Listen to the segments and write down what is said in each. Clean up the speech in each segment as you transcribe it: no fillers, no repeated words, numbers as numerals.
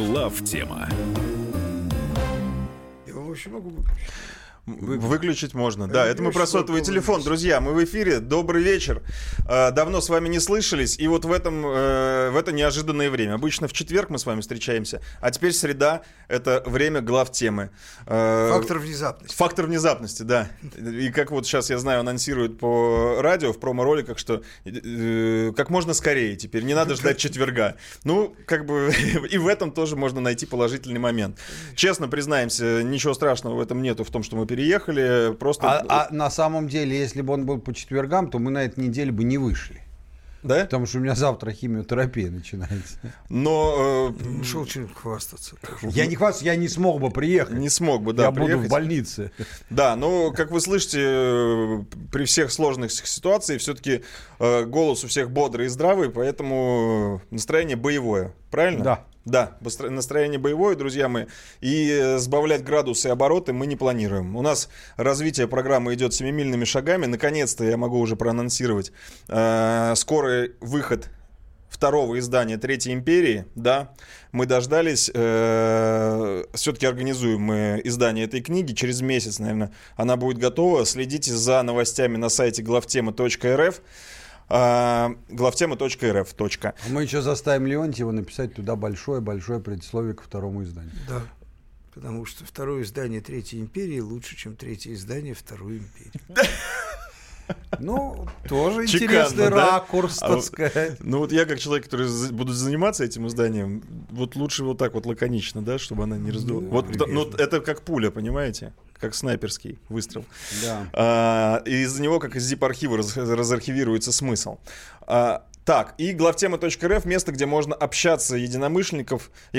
Главтема. Я вообще могу выключить. Выключить можно, да. Это мы про сотовый телефон. Друзья, мы в эфире. Добрый вечер. Давно с вами не слышались. И вот в это неожиданное время. Обычно в четверг мы с вами встречаемся. А теперь среда — это время главтемы. Фактор внезапности. Фактор внезапности, да. И как вот сейчас, я знаю, анонсируют по радио в промо-роликах, что как можно скорее теперь. Не надо ждать четверга. Ну, как бы и в этом тоже можно найти положительный момент. Честно признаемся, ничего страшного в этом нету, в том, что мы переехали, просто... А на самом деле, если бы он был по четвергам, то мы на этой неделе бы не вышли. Да? Потому что у меня завтра химиотерапия начинается. Но... Шел чем-то хвастаться. Я не хвастаюсь, я не смог бы приехать. Не смог бы, да, я приехать. буду в больнице. Да, но, как вы слышите, при всех сложных ситуациях все-таки голос у всех бодрый и здравый, поэтому настроение боевое. Правильно? Да. Да, настроение боевое, друзья мои, и сбавлять градусы и обороты мы не планируем. У нас развитие программы идет семимильными шагами. Наконец-то я могу уже проанонсировать скорый выход второго издания Третьей империи. Да, мы дождались, все-таки организуем мы издание этой книги. Через месяц, наверное, она будет готова. Следите за новостями на сайте главтема.рф. Главтема.рф. Мы еще заставим Леонтьева написать туда большое-большое предисловие ко второму изданию. Да, потому что второе издание Третьей империи лучше, чем третье издание Второй империи. Ну, тоже Чеканно, интересный да? ракурс, так сказать. Ну вот я как человек, который будет заниматься этим изданием, вот лучше вот так вот лаконично, да, чтобы она не раздувалась. Вот, это как пуля, понимаете? Как снайперский выстрел. Да. И из-за него, как из zip-архива, разархивируется смысл. Так, и главтема.рф — место, где можно общаться единомышленникам,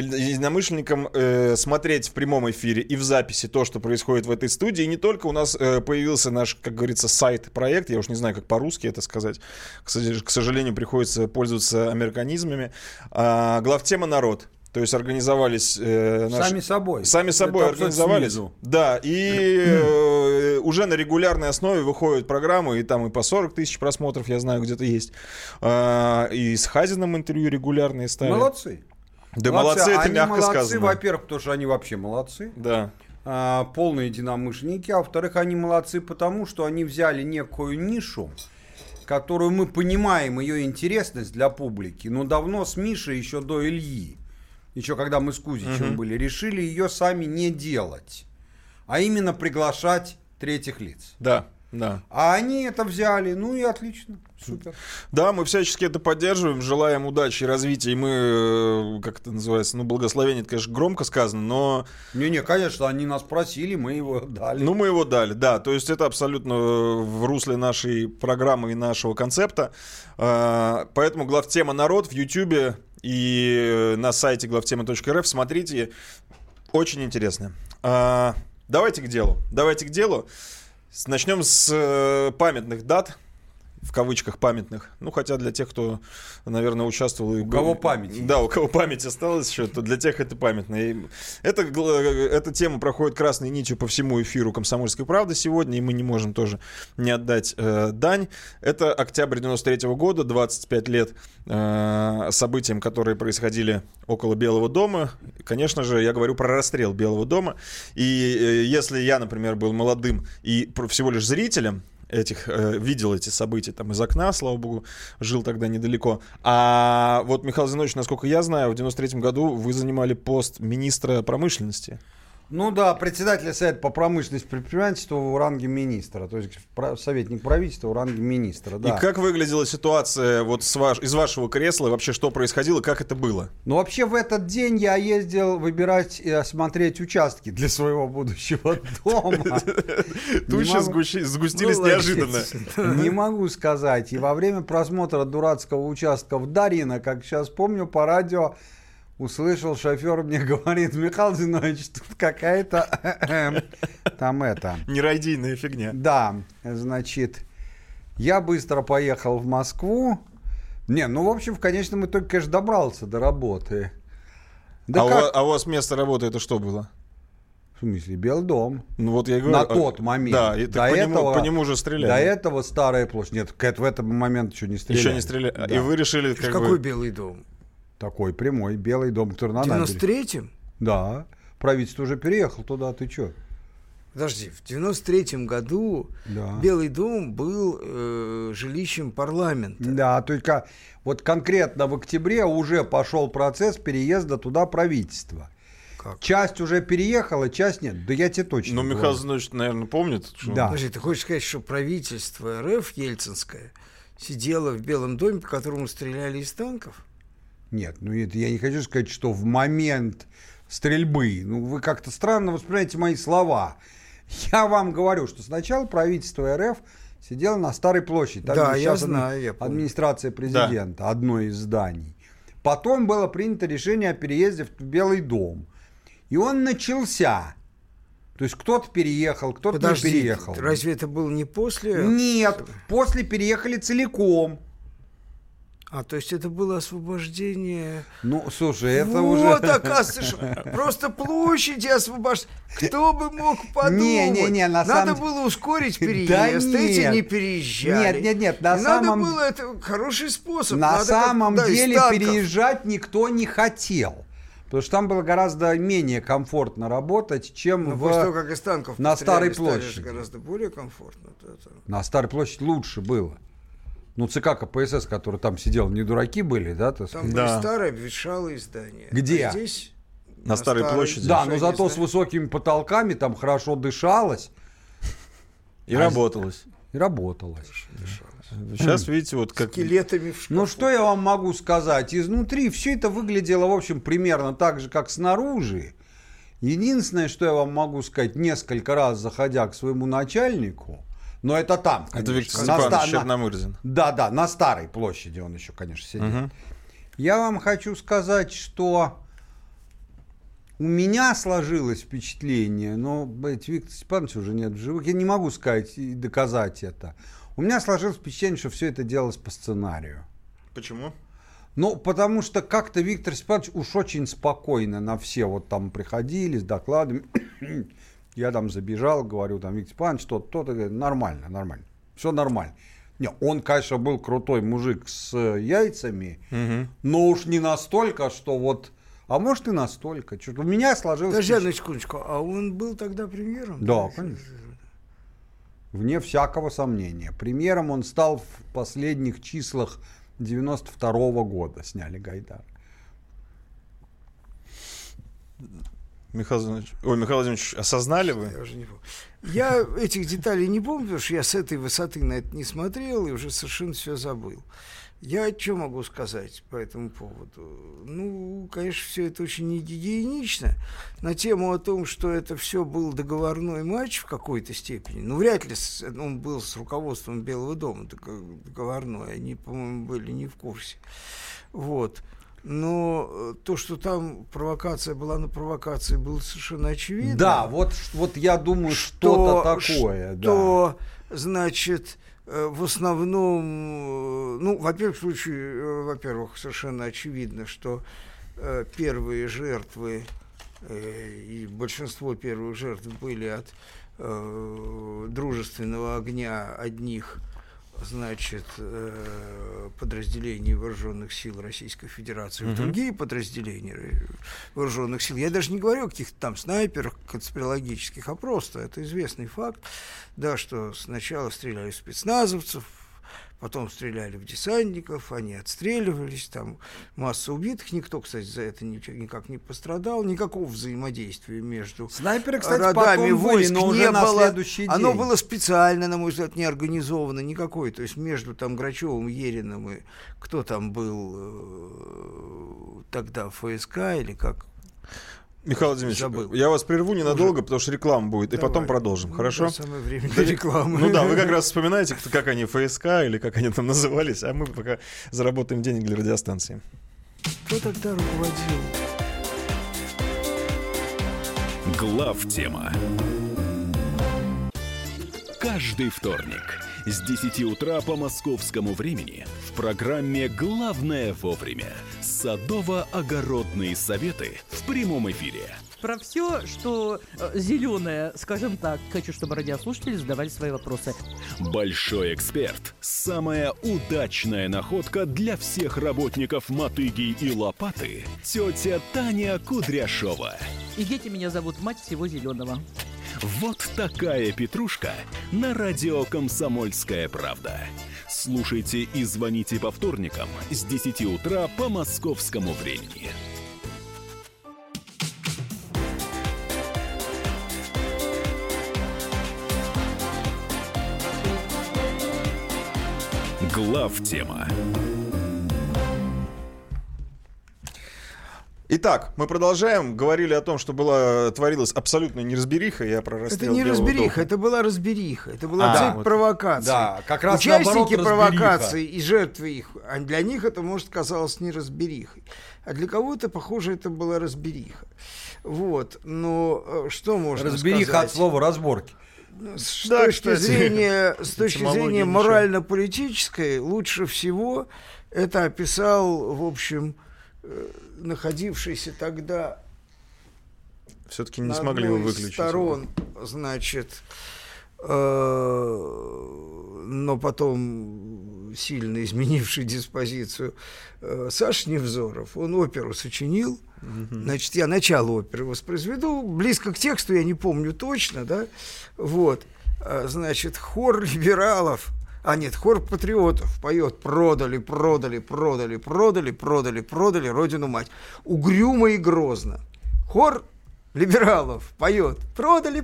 смотреть в прямом эфире и в записи то, что происходит в этой студии. И не только у нас появился наш, как говорится, сайт-проект, я уж не знаю, как по-русски это сказать, к сожалению, приходится пользоваться американизмами. Главтема народ. То есть организовались... Сами собой. Сами собой организовались. Снизу. Да, и уже на регулярной основе выходят программы, и там и по 40 тысяч просмотров, я знаю, где-то есть. И с Хазиным интервью регулярные ставят. Молодцы. Да молодцы, это мягко молодцы, сказано. Во-первых, потому что они вообще молодцы. Да. Полные единомышленники. А во-вторых, они молодцы потому, что они взяли некую нишу, которую мы понимаем, ее интересность для публики, но давно с Мишей, еще до Ильи, еще когда мы с Кузичем были, решили ее сами не делать, а именно приглашать третьих лиц. Да, да. А они это взяли, ну и отлично, супер. Да, мы всячески это поддерживаем, желаем удачи и развития, и мы, как это называется, благословение, это, конечно, громко сказано, но... Не-не, конечно, они нас просили, мы его дали. Ну, мы его дали, да, то есть это абсолютно в русле нашей программы и нашего концепта, поэтому главтема народ в Ютьюбе и на сайте главтема.рф смотрите, очень интересно. Давайте к делу. Начнем с памятных дат, в кавычках памятных. Ну, хотя для тех, кто, наверное, участвовал... У кого память. Да, у кого память осталась еще, то для тех это памятно. И эта тема проходит красной нитью по всему эфиру «Комсомольской правды» сегодня, и мы не можем тоже не отдать дань. Это октябрь 93-го года, 25 лет событиям, которые происходили около Белого дома. Конечно же, я говорю про расстрел Белого дома. И если я, например, был молодым и всего лишь зрителем, видел эти события там из окна, слава богу, жил тогда недалеко. А вот, Михаил Зинович, насколько я знаю, в 93-м году вы занимали пост министра промышленности. Ну да, председатель Совета по промышленности и предпринимательству в ранге министра, то есть советник правительства в ранге министра, да. И как выглядела ситуация вот из вашего кресла, вообще что происходило, как это было? Ну вообще в этот день я ездил выбирать и осмотреть участки для своего будущего дома. Тучи сгустились неожиданно. Не могу сказать. И во время просмотра дурацкого участка в Дарьино, как сейчас помню, по радио услышал, шофер мне говорит: Михаил Зинович, тут какая-то там это... Нерадийная фигня. Да, значит, я быстро поехал в Москву. В общем, в конечном итоге, конечно, добрался до работы. Да а у вас место работы это что было? В смысле, Белый дом. Ну вот я говорю. На тот момент. Да, и по нему же стреляли. До этого Старая площадь. Нет, в этот момент еще не стреляли. Еще не стреляли. Да. И вы решили Какой Белый дом? Такой прямой, Белый дом, который на В набережной. 93-м? Да. Правительство уже переехало туда, ты что? Подожди, в 93-м году Да. Белый дом был жилищем парламента. Да, только вот конкретно в октябре уже пошел процесс переезда туда правительства. Как? Часть уже переехала, часть нет. Да я тебе точно Ну, говорю. Михаил Зинович, наверное, помнит. Что... Да. Подожди, ты хочешь сказать, что правительство РФ ельцинское сидело в Белом доме, по которому стреляли из танков? Нет, ну это я не хочу сказать, что в момент стрельбы, ну вы как-то странно воспринимаете мои слова. Я вам говорю, что сначала правительство РФ сидело на Старой площади. Там, Да, где я сейчас знаю, я помню. администрация президента, одно из зданий. Потом было принято решение о переезде в Белый дом. И он начался. То есть кто-то переехал, кто-то не Подожди, переехал. разве это было не после? Нет, после переехали целиком. А, то есть это было освобождение... Ну, слушай, это вот, уже... оказывается, что просто площади освобождать. Кто бы мог подумать? Не, на Надо самом... было ускорить Да переезд, эти нет. не переезжали. Нет, на И самом... Надо было, это хороший способ. На Надо самом из деле танков. переезжать никто не хотел. Потому что там было гораздо менее комфортно работать, чем Но после того, как из танков на постреляли, Старой площади. стали же гораздо более комфортно. На Старой площади лучше было. Ну, ЦК КПСС, которые там сидел, не дураки были, да? Так Там сказать? были Да. старые обветшалые здания. Где? А здесь... На Старой площади. Да, но зато с высокими потолками там хорошо дышалось И работалось. и работалось. Сейчас, видите, вот как... Скелетами в шкафу. Ну, что я вам могу сказать? Изнутри все это выглядело, в общем, примерно так же, как снаружи. Единственное, что я вам могу сказать, несколько раз заходя к своему начальнику, но это там, конечно. Это Виктор на Степанович ста- на- Черномырдин. Да, на Старой площади он еще, конечно, сидит. Мгм. Я вам хочу сказать, что у меня сложилось впечатление, но Виктор Степанович уже нет в живых, я не могу сказать и доказать это. У меня сложилось впечатление, что все это делалось по сценарию. Почему? Ну, потому что как-то Виктор Степанович уж очень спокойно на все вот там приходили с докладами. Я там забежал, говорю, там, Виктор Степанович, что-то, говорит, нормально, все нормально. Не, он, конечно, был крутой мужик с яйцами, но уж не настолько, что вот, а может и настолько. Что-то у меня сложилось... Подожди одну секундочку, а он был тогда премьером? Да, конечно. Вне всякого сомнения. Премьером он стал в последних числах 92-го года, сняли Гайдара. Михаил Владимирович, осознали вы? Я уже не помню. Я этих деталей не помню, потому что я с этой высоты на это не смотрел и уже совершенно все забыл. Я что могу сказать по этому поводу? Ну, конечно, все это очень негигиенично. На тему о том, что это все был договорной матч в какой-то степени, ну, вряд ли он был с руководством Белого дома договорной. Они, по-моему, были не в курсе. Вот. Но то, что там провокация была на провокации, было совершенно очевидно. Да, вот я думаю, что-то такое. Что, значит, в основном, ну, во-первых, совершенно очевидно, что первые жертвы, и большинство первых жертв были от дружественного огня одних, значит, подразделений вооруженных сил Российской Федерации, в другие подразделения вооруженных сил. Я даже не говорю о каких-то там снайперах конспирологических, а просто это известный факт, да, что сначала стреляли в спецназовцев, потом стреляли в десантников, они отстреливались, там масса убитых, никто, кстати, за это никак не пострадал, никакого взаимодействия между Снайперы, кстати, родами потом были, войск но уже не на было. следующий день. Оно было специально, на мой взгляд, не организовано никакой, то есть между там Грачевым, Ериным и кто там был тогда, ФСК или как? Михаил Владимирович, Забыл. я вас прерву ненадолго, потому что реклама будет, и Давай. потом продолжим, Ну, хорошо? да, самое время для рекламы. Ну да, вы как раз вспоминаете, как они ФСК или как они там назывались, а мы пока заработаем денег для радиостанции. Кто тогда руководил? Главтема. Каждый вторник с 10 утра по московскому времени в программе «Главное вовремя» садово-огородные советы в прямом эфире. про все, что зеленое, скажем так. Хочу, чтобы радиослушатели задавали свои вопросы. Большой эксперт. Самая удачная находка для всех работников мотыги и лопаты. Тетя Таня Кудряшова. И дети меня зовут мать всего зеленого. Вот такая петрушка на радио «Комсомольская правда». Слушайте и звоните по вторникам с 10 утра по московскому времени. Главтема. Итак, мы продолжаем. Говорили о том, что творилась абсолютная неразбериха. Я про расстрел Это не Белого разбериха, дома. это была разбериха. Это была цепь провокаций. Да, как раз Участники наоборот, провокаций и жертвы их, а для них это, может, казалось неразберихой. А для кого-то, похоже, это была разбериха. Вот. Но что можно разбериха сказать? от слова разборки. С Да, точки кстати, зрения ничего. морально-политической, лучше всего это описал, в общем, находившийся тогда Все-таки не на смогли одной его из выключить. сторон, значит, но потом сильно изменивший диспозицию Саша Невзоров. Он оперу сочинил. Значит, я начало оперы воспроизведу. Близко к тексту, я не помню точно, да. Вот. Значит, хор либералов, хор патриотов поет: продали родину мать. Угрюмо и грозно. Хор либералов поет: продали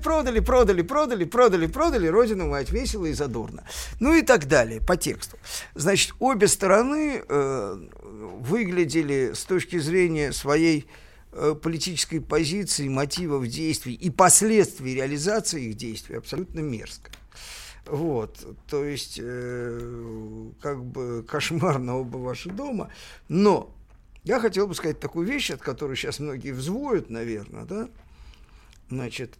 родину мать, весело и задорно. Ну и так далее, по тексту. Значит, обе стороны выглядели с точки зрения своей политической позиции, мотивов действий и последствий реализации их действий абсолютно мерзко. Вот, то есть, как бы кошмарно оба ваши дома. Но я хотел бы сказать такую вещь, от которой сейчас многие взвоют, наверное, да. Значит,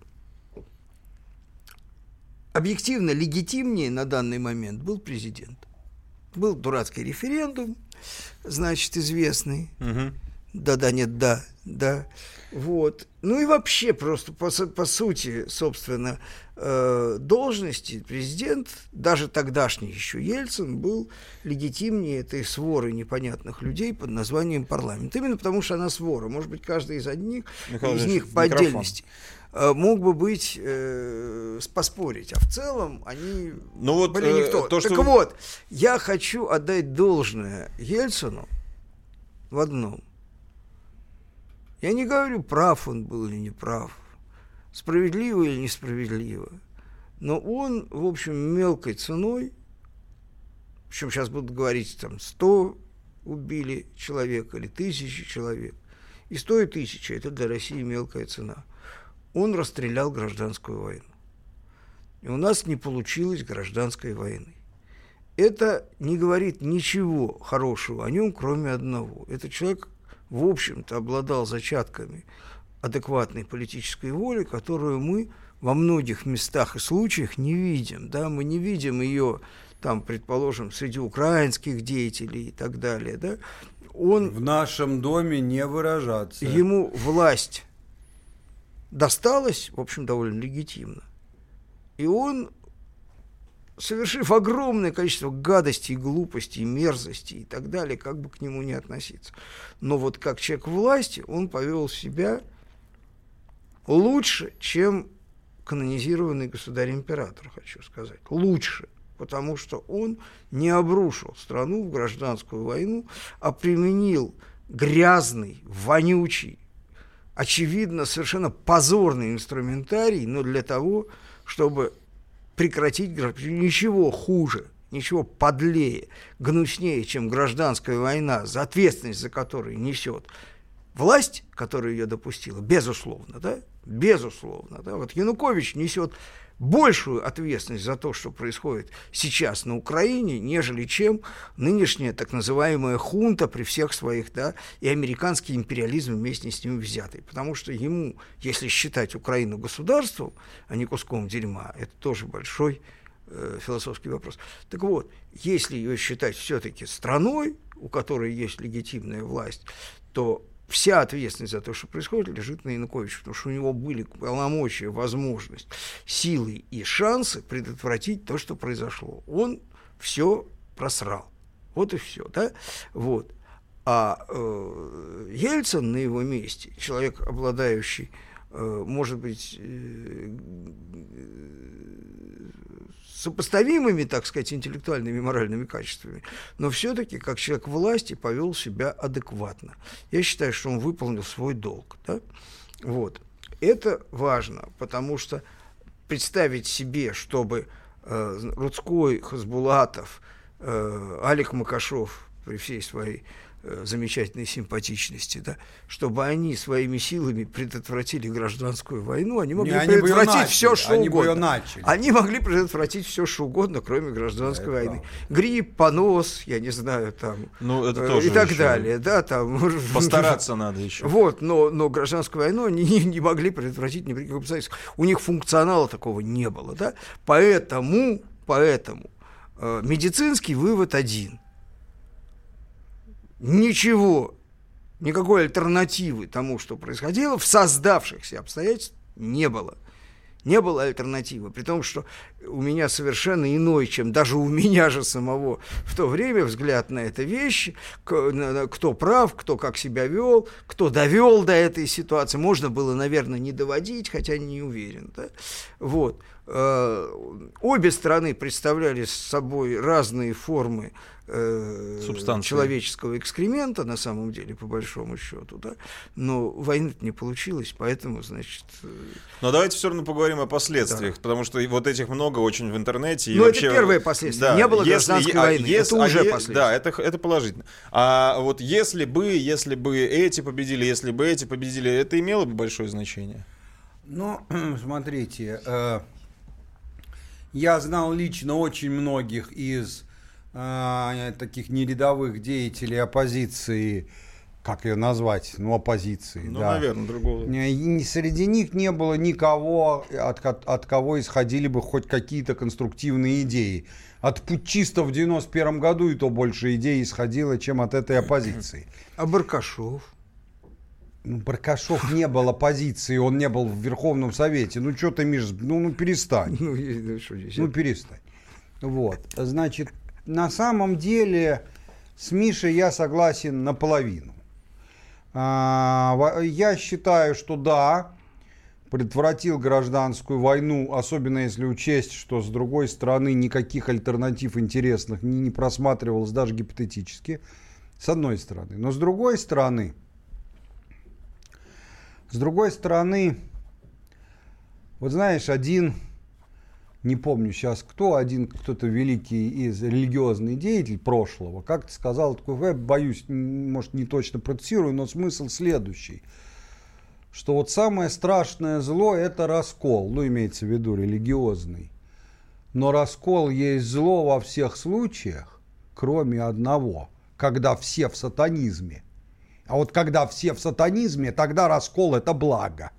объективно легитимнее на данный момент был президент. Был дурацкий референдум, значит, известный. Да-да, нет, да. Вот. Ну и вообще просто по сути, собственно, должности президент, даже тогдашний еще Ельцин, был легитимнее этой своры непонятных людей под названием парламент. Именно потому, что она свора. Может быть, каждый из них по отдельности мог бы быть, поспорить. А в целом они были никто. Вот, я хочу отдать должное Ельцину в одном. Я не говорю, прав он был или не прав, справедливо или несправедливо, но он, в общем, мелкой ценой, причем сейчас будут говорить, там, 100 убили человека или 1000 человек, и 100 и 1000 – это для России мелкая цена. Он расстрелял гражданскую войну. И у нас не получилось гражданской войны. Это не говорит ничего хорошего о нем, кроме одного. Это человек, в общем-то, обладал зачатками адекватной политической воли, которую мы во многих местах и случаях не видим. Да? Мы не видим ее, там, предположим, среди украинских деятелей и так далее. Да? В нашем доме не выражаться. Ему власть досталась, в общем, довольно легитимно. И он, совершив огромное количество гадостей, глупостей, мерзостей и так далее, как бы к нему не относиться. Но вот как человек власти, он повел себя лучше, чем канонизированный государь-император, хочу сказать. Лучше, потому что он не обрушил страну в гражданскую войну, а применил грязный, вонючий, очевидно, совершенно позорный инструментарий, но для того, чтобы прекратить ничего хуже, ничего подлее, гнуснее, чем гражданская война, за ответственность за которую несет власть, которая ее допустила, безусловно, да, безусловно, да, вот Янукович несет большую ответственность за то, что происходит сейчас на Украине, нежели чем нынешняя так называемая хунта при всех своих, да, и американский империализм вместе с ним взятый. Потому что ему, если считать Украину государством, а не куском дерьма, это тоже большой философский вопрос. Так вот, если ее считать все-таки страной, у которой есть легитимная власть, то вся ответственность за то, что происходит, лежит на Януковиче, потому что у него были полномочия, возможность, силы и шансы предотвратить то, что произошло. Он все просрал. Вот и все, да? Вот. А Ельцин на его месте, человек, обладающий, может быть, сопоставимыми, так сказать, интеллектуальными и моральными качествами, но все-таки, как человек власти, повел себя адекватно. Я считаю, что он выполнил свой долг. Да? Вот. Это важно, потому что представить себе, чтобы Рудской, Хасбулатов, Алик Макашов, при всей своей замечательной симпатичности, да, чтобы они своими силами предотвратили гражданскую войну, они могли предотвратить все, что угодно. Они могли предотвратить все, что угодно, кроме гражданской войны. Грипп, понос, я не знаю, там, это тоже и так далее. Да, там, постараться надо еще. Вот, но гражданскую войну они не могли предотвратить ни при каких обстоятельствах. У них функционала такого не было. Да? Поэтому медицинский вывод один. Ничего, никакой альтернативы тому, что происходило, в создавшихся обстоятельствах не было. Не было альтернативы, при том, что у меня совершенно иной, чем даже у меня же самого в то время взгляд на это вещи, кто прав, кто как себя вел, кто довел до этой ситуации. Можно было, наверное, не доводить, хотя не уверен. Да? Вот. Обе стороны представляли собой разные формы человеческого экскремента, на самом деле, по большому счету, да? Но войны не получилось, поэтому, значит... Но давайте все равно поговорим о последствиях, да. Потому что вот этих много очень в интернете. Но это первые последствия, да, не было гражданской войны, это уже последствия. Да, это положительно. А вот если бы эти победили, это имело бы большое значение? Ну, смотрите, я знал лично очень многих из таких нерядовых деятелей оппозиции, как ее назвать, оппозиции. Ну, да. Наверное, другого. И среди них не было никого, от кого исходили бы хоть какие-то конструктивные идеи. От путчистов в 91 году и то больше идей исходило, чем от этой оппозиции. А Баркашов? Баркашов не был оппозицией, он не был в Верховном Совете. Ну, что ты, Миш, перестань. Перестань. Вот, значит, на самом деле с Мишей я согласен наполовину. Я считаю, что да, предотвратил гражданскую войну, особенно если учесть, что с другой стороны никаких альтернатив интересных не просматривалось даже гипотетически, с одной стороны. Но с другой стороны, вот знаешь, не помню сейчас кто-то великий из религиозный деятель прошлого, как-то сказал, я боюсь, может, не точно процитирую, но смысл следующий, что вот самое страшное зло – это раскол, имеется в виду религиозный, но раскол есть зло во всех случаях, кроме одного, когда все в сатанизме. А вот когда все в сатанизме, тогда раскол – это благо.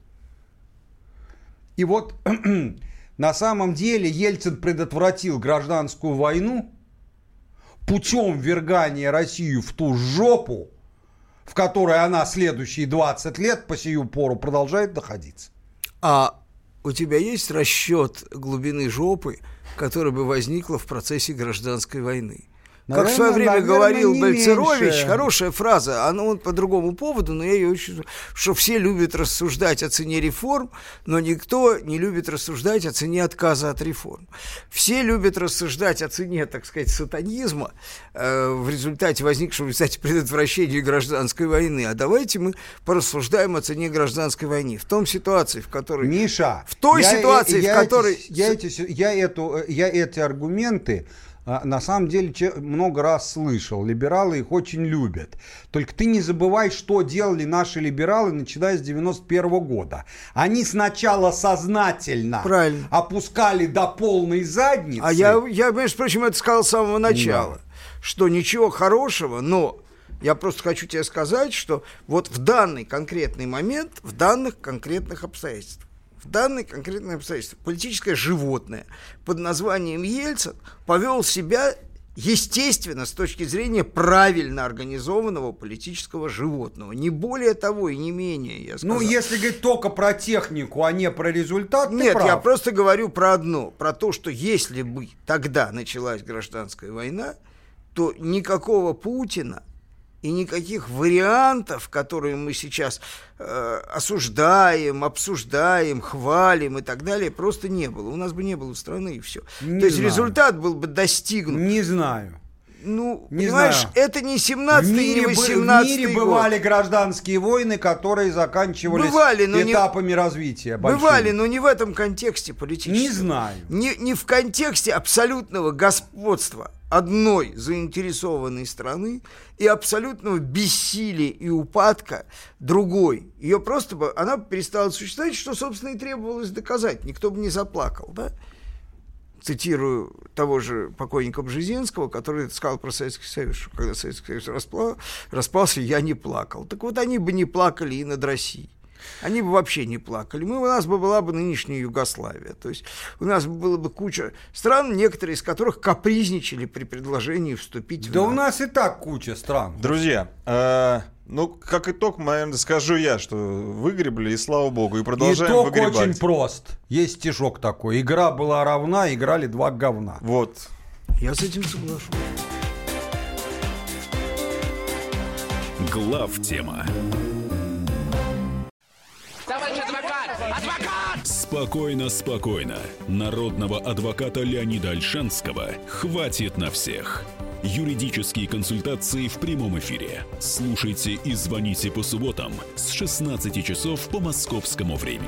И вот на самом деле Ельцин предотвратил гражданскую войну путем ввергания России в ту жопу, в которой она следующие 20 лет по сию пору продолжает находиться. А у тебя есть расчет глубины жопы, которая бы возникла в процессе гражданской войны? Как в свое время говорил Бальцерович, хорошая фраза, она по другому поводу, но я ее очень... Что все любят рассуждать о цене реформ, но никто не любит рассуждать о цене отказа от реформ. Все любят рассуждать о цене, так сказать, сатанизма в результате возникшего, кстати, предотвращения гражданской войны. А давайте мы порассуждаем о цене гражданской войны. В том ситуации, в которой... Миша, в той ситуации, в которой... Я эти аргументы на самом деле много раз слышал. Либералы их очень любят. Только ты не забывай, что делали наши либералы, начиная с 91 года. Они сначала сознательно опускали до полной задницы. А я, между прочим, это сказал с самого начала. Да. Что ничего хорошего, но я просто хочу тебе сказать, что вот в данный конкретный момент, в данных конкретных обстоятельствах, политическое животное под названием Ельцин повел себя естественно, с точки зрения правильно организованного политического животного. Не более того и не менее, я сказал. Ну, если говорить только про технику, а не про результат, ты Нет, прав. я просто говорю про одно. Про то, что если бы тогда началась гражданская война, то никакого Путина и никаких вариантов, которые мы сейчас осуждаем, обсуждаем, хвалим и так далее, просто не было. У нас бы не было страны, и все. То есть результат был бы достигнут. Не знаю. Ну, Не понимаешь, знаю. это не 17-й, не 18-й В мире год. бывали гражданские войны, которые заканчивались этапами развития. Бывали, но не в этом контексте политическом. Не знаю. Не в контексте абсолютного господства одной заинтересованной страны и абсолютного бессилия и упадка другой. Ее просто бы, она перестала существовать, что, собственно, и требовалось доказать. Никто бы не заплакал, да? Цитирую того же покойника Бжезинского, который сказал про Советский Союз, что когда Советский Союз распался, я не плакал. Так вот, они бы не плакали и над Россией. Они бы вообще не плакали. У нас бы была бы нынешняя Югославия. То есть у нас было бы куча стран, некоторые из которых капризничали при предложении вступить в Да НАТО. у нас и так куча стран. Друзья, ну, как итог, наверное, скажу я, что выгребли, и слава богу, и продолжаем Итог выгребать. очень прост. Есть стишок такой. Игра была равна, играли два говна. Вот. Я с этим соглашусь. Главтема. Товарищ адвокат! Адвокат! Спокойно, спокойно. Народного адвоката Леонида Ольшанского хватит на всех. Юридические консультации в прямом эфире. Слушайте и звоните по субботам с 16 часов по московскому времени.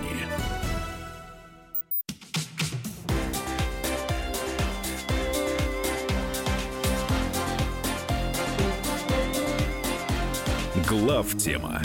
Главтема.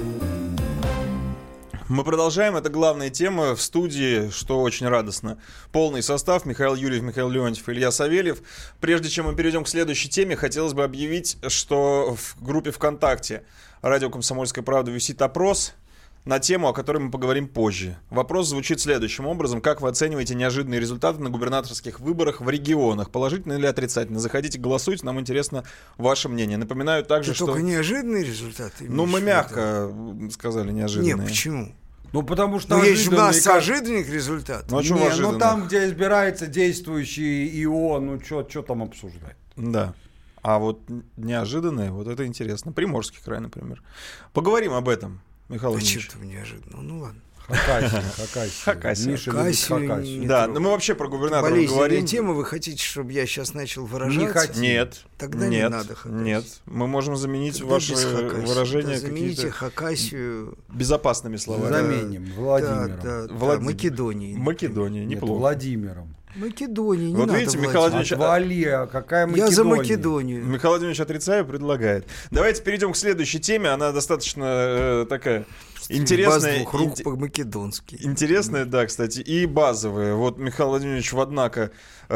Мы продолжаем. Это главная тема в студии, что очень радостно. Полный состав: Михаил Юрьев, Михаил Леонтьев, Илья Савельев. Прежде чем мы перейдем к следующей теме, хотелось бы объявить, что в группе ВКонтакте «Радио Комсомольская правда» висит опрос на тему, о которой мы поговорим позже. Вопрос звучит следующим образом. Как вы оцениваете неожиданные результаты на губернаторских выборах в регионах? Положительно или отрицательно? Заходите, голосуйте, нам интересно ваше мнение. Напоминаю также, что... Только неожиданные результаты? Ну, мы мягко сказали неожиданные. Нет, почему? Ну, потому что... Ну, есть же масса как- ожиданных результатов. Ну, а чё Не, ну ожиданных? там, где избирается действующий ИО, ну что там обсуждать? Да. А вот неожиданные, вот это интересно. Приморский край, например. Поговорим об этом, Михаил А Ильич. что-то неожиданно. Ну ладно. Хакасия. Миша любит Хакасию Хакасию. не Да, трогай. но мы вообще про губернаторов Болезненная говорим. тема. Вы хотите, чтобы я сейчас начал выражаться? Не хотим. Нет. Тогда не нет, надо Хакасию. Нет, мы можем заменить Тогда ваши без Хакасии. выражения Да, замените какие-то Хакасию. безопасными словами. Заменим Владимиром. Да, Владимир. Македонией. Македония, Нет, неплохо. Владимиром. Македония, не Вот надо видите, Михаил Владимир. Владимирович, Отвали, а какая Македония? Я за Македонию. Михаил Владимирович, отрицаю, предлагает. Давайте перейдем к следующей теме. Она достаточно такая интересная. Баз двух рук по-македонски. Интересная, да, кстати, и базовая. Вот Михаил Владимирович в «Однако»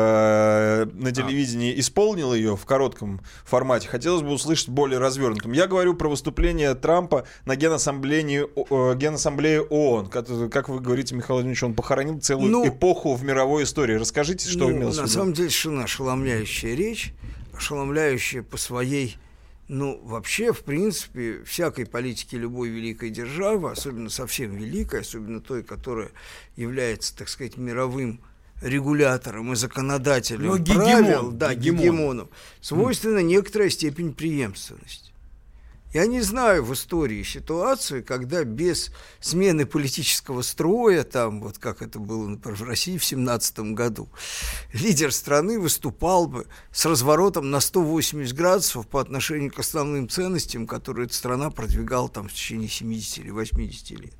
на телевидении исполнил ее в коротком формате. Хотелось бы услышать более развернутым. Я говорю про выступление Трампа на Генассамблее ООН. Как вы говорите, Михаил Владимирович, он похоронил целую эпоху в мировой истории. Расскажите, что имелось в виду. На самом деле, совершенно ошеломляющая речь, ошеломляющая по своей... Ну, вообще, в принципе, всякой политике любой великой державы, особенно совсем великой, особенно той, которая является, так сказать, мировым регулятором и законодателем Ну, правил, гегемон. гегемоном, свойственна некоторая степень преемственности. Я не знаю в истории ситуацию, когда без смены политического строя, там, вот как это было, например, в России в 1917 году, лидер страны выступал бы с разворотом на 180 градусов по отношению к основным ценностям, которые эта страна продвигала там в течение 70 или 80 лет.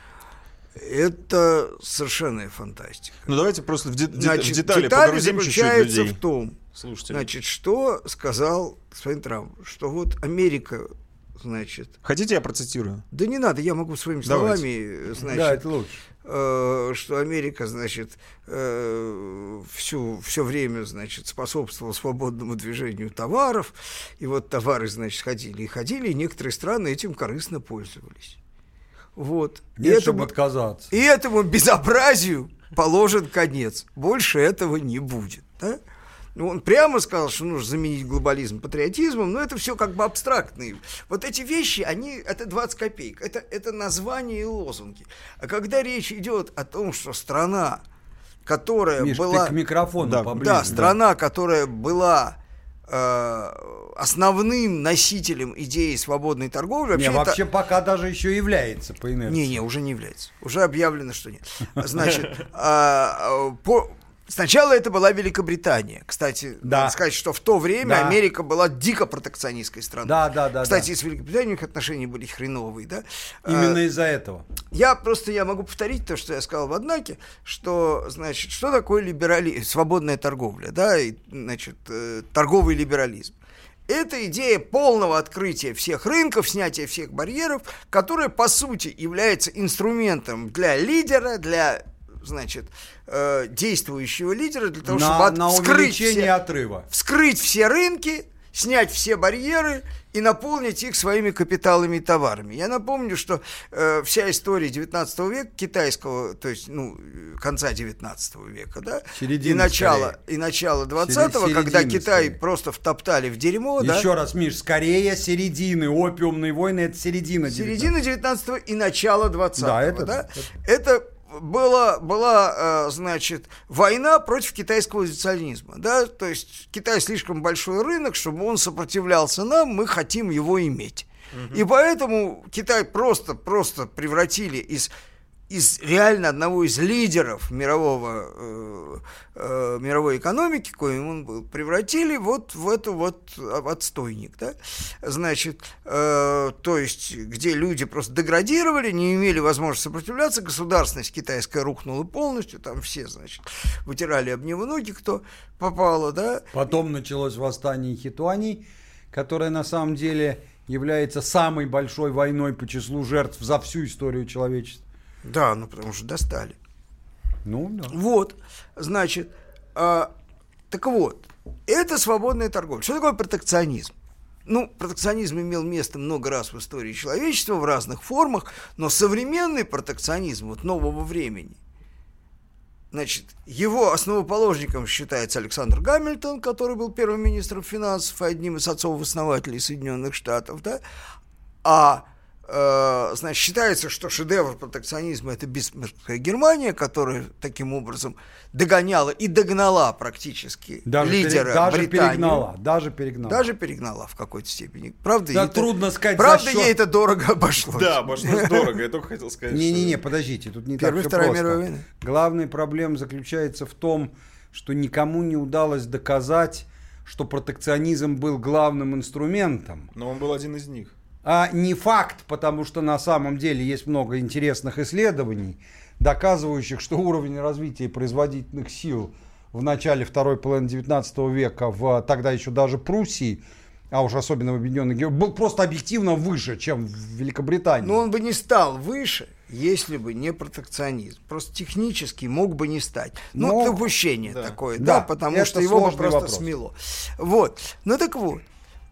Это совершенная фантастика. Ну, давайте просто в Значит, детали деталь погрузим чуть-чуть заключается людей. в том, Слушайте. значит, что сказал господин Трамп, что вот Америка, значит... Хотите, я процитирую? Да не надо, я могу своими Давайте. словами, значит, Да, это лучше. что Америка, значит, все время, значит, способствовала свободному движению товаров, и вот товары, значит, ходили, и некоторые страны этим корыстно пользовались. Вот. Нет, чтобы отказаться. И этому безобразию положен конец. Больше этого не будет. Да? Он прямо сказал, что нужно заменить глобализм патриотизмом, но это все как бы абстрактные. Вот эти вещи, это 20 копеек, это названия и лозунги. А когда речь идет о том, что страна, которая Миш, была... ты к микрофону поближе. Да, страна, которая была основным носителем идеи свободной торговли... Вообще пока даже еще является по инерции. Не, уже не является. Уже объявлено, что нет. Значит, сначала это была Великобритания. Кстати, надо сказать, что в то время Америка была дико протекционистской страной. Да. Кстати, с Великобританией у них отношения были хреновые, да? Именно из-за этого. Я могу повторить то, что я сказал в Однаке, что, значит, что такое свободная торговля, да, и, значит, торговый либерализм. Это идея полного открытия всех рынков, снятия всех барьеров, которая, по сути, является инструментом для лидера, для, значит, действующего лидера, для того, чтобы вскрыть все рынки, снять все барьеры и наполнить их своими капиталами и товарами. Я напомню, что вся история 19 века китайского, то есть, конца 19 века, да, и начало 20-го, когда Китай скорее просто втоптали в дерьмо. Еще раз, Миш, скорее середины, опиумные войны, это середина 19-го. Середина 19-го и начало 20-го, это была, значит, война против китайского изоляционизма, да, то есть Китай слишком большой рынок, чтобы он сопротивлялся нам, мы хотим его иметь. И поэтому Китай просто превратили из реально одного из лидеров мировой экономики, коим он был, превратили вот в эту вот отстойник, да, значит, то есть, где люди просто деградировали, не имели возможности сопротивляться, государственность китайская рухнула полностью, там все, значит, вытирали об него ноги, кто попало, да. Потом началось восстание хитуаней, которое на самом деле является самой большой войной по числу жертв за всю историю человечества. Да, потому что достали. Да. Вот, значит, так вот, это свободная торговля. Что такое протекционизм? Протекционизм имел место много раз в истории человечества в разных формах, но современный протекционизм нового времени, значит, его основоположником считается Александр Гамильтон, который был первым министром финансов и одним из отцов-основателей Соединенных Штатов, да, значит, считается, что шедевр протекционизма — это Бисмаркская Германия, которая таким образом догоняла и догнала практически лидера Британии. Даже перегнала в какой-то степени. Правда, трудно сказать. Правда, ей это дорого обошлось. Да, обошлось дорого, я только хотел сказать. Не, подождите, тут не так все просто. Вторая мировая война. Главная проблема заключается в том, что никому не удалось доказать, что протекционизм был главным инструментом. Но он был один из них. Не факт, потому что на самом деле есть много интересных исследований, доказывающих, что уровень развития производительных сил в начале второй половины 19 века в тогда еще даже Пруссии, а уж особенно в Объединенных Германиях, был просто объективно выше, чем в Великобритании. Но он бы не стал выше, если бы не протекционизм. Просто технически мог бы не стать. Допущение такое, да, потому что его бы просто смело. Вот. Так вот.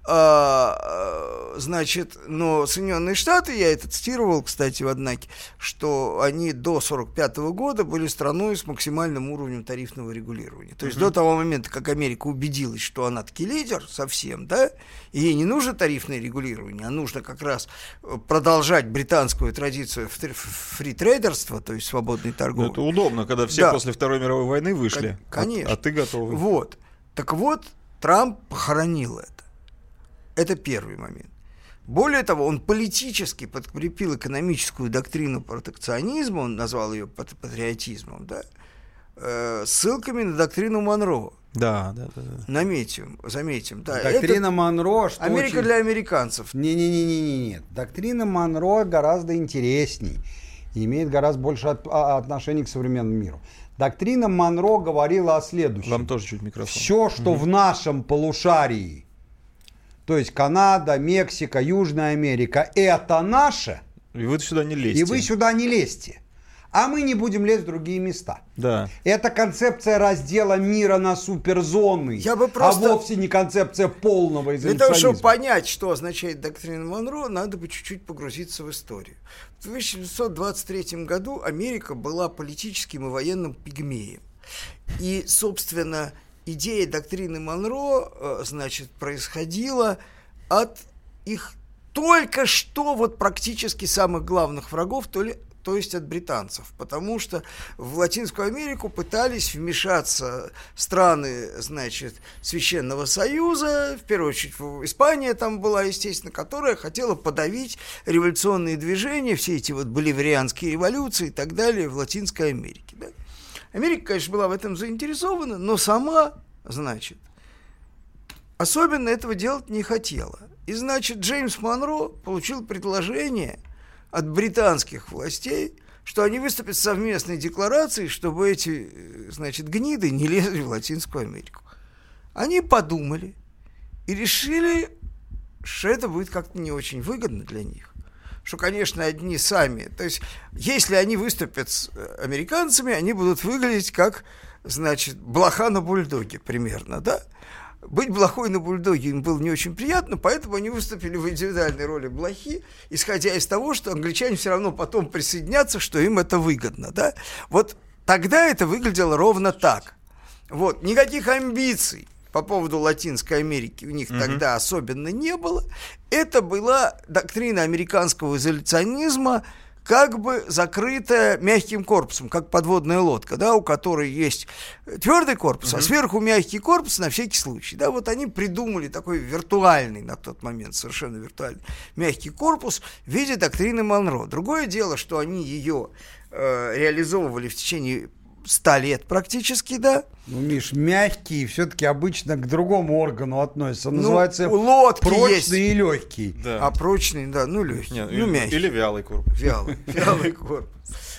Значит, но Соединенные Штаты, я это цитировал, кстати, в Однаке, что они до 1945 года были страной с максимальным уровнем тарифного регулирования. То есть до того момента, как Америка убедилась, что она таки лидер совсем, да, и ей не нужно тарифное регулирование, а нужно как раз продолжать британскую традицию фритрейдерства, то есть свободной торговли. Это удобно, когда все после Второй мировой войны вышли, конечно. А ты готовый. Вот. Так вот, Трамп похоронил это. Это первый момент. Более того, он политически подкрепил экономическую доктрину протекционизма, он назвал ее патриотизмом, да, ссылками на доктрину Монро. Да. Заметим. Да. Доктрина Монро, что Америка для американцев. Нет. Доктрина Монро гораздо интересней и имеет гораздо больше отношений к современному миру. Доктрина Монро говорила о следующем. Вам тоже чуть микрофон. Все, что в нашем полушарии, то есть Канада, Мексика, Южная Америка, это наше. И вы сюда не лезьте. А мы не будем лезть в другие места. Да. Это концепция раздела мира на суперзоны, а вовсе не концепция полного изоляционизма. Для того, чтобы понять, что означает доктрина Монро, надо бы чуть-чуть погрузиться в историю. В 1823 году Америка была политическим и военным пигмеем. И, собственно, идея доктрины Монро, значит, происходила от их только что вот практически самых главных врагов, то есть от британцев, потому что в Латинскую Америку пытались вмешаться страны, значит, Священного Союза, в первую очередь Испания там была, естественно, которая хотела подавить революционные движения, все эти вот боливарианские революции и так далее в Латинской Америке. Да? Америка, конечно, была в этом заинтересована, но сама, значит, особенно этого делать не хотела. И, значит, Джеймс Монро получил предложение от британских властей, что они выступят с совместной декларацией, чтобы эти, значит, гниды не лезли в Латинскую Америку. Они подумали и решили, что это будет как-то не очень выгодно для них. Что, конечно, одни сами, то есть, если они выступят с американцами, они будут выглядеть как, значит, блоха на бульдоге примерно, да? Быть блохой на бульдоге им было не очень приятно, поэтому они выступили в индивидуальной роли блохи, исходя из того, что англичане все равно потом присоединятся, что им это выгодно, да? Вот тогда это выглядело ровно так. Вот, никаких амбиций по поводу Латинской Америки у них тогда особенно не было. Это была доктрина американского изоляционизма, как бы закрытая мягким корпусом, как подводная лодка, да, у которой есть твердый корпус, а сверху мягкий корпус на всякий случай. Да, вот они придумали такой виртуальный на тот момент, совершенно виртуальный мягкий корпус в виде доктрины Монро. Другое дело, что они ее реализовывали в течение 100 лет практически, да. Ну, Миш, мягкий все-таки обычно к другому органу относится. Он называется прочный есть. И легкий. Да. А прочный, да, ну легкий, мягкий. Или вялый корпус. Вялый корпус.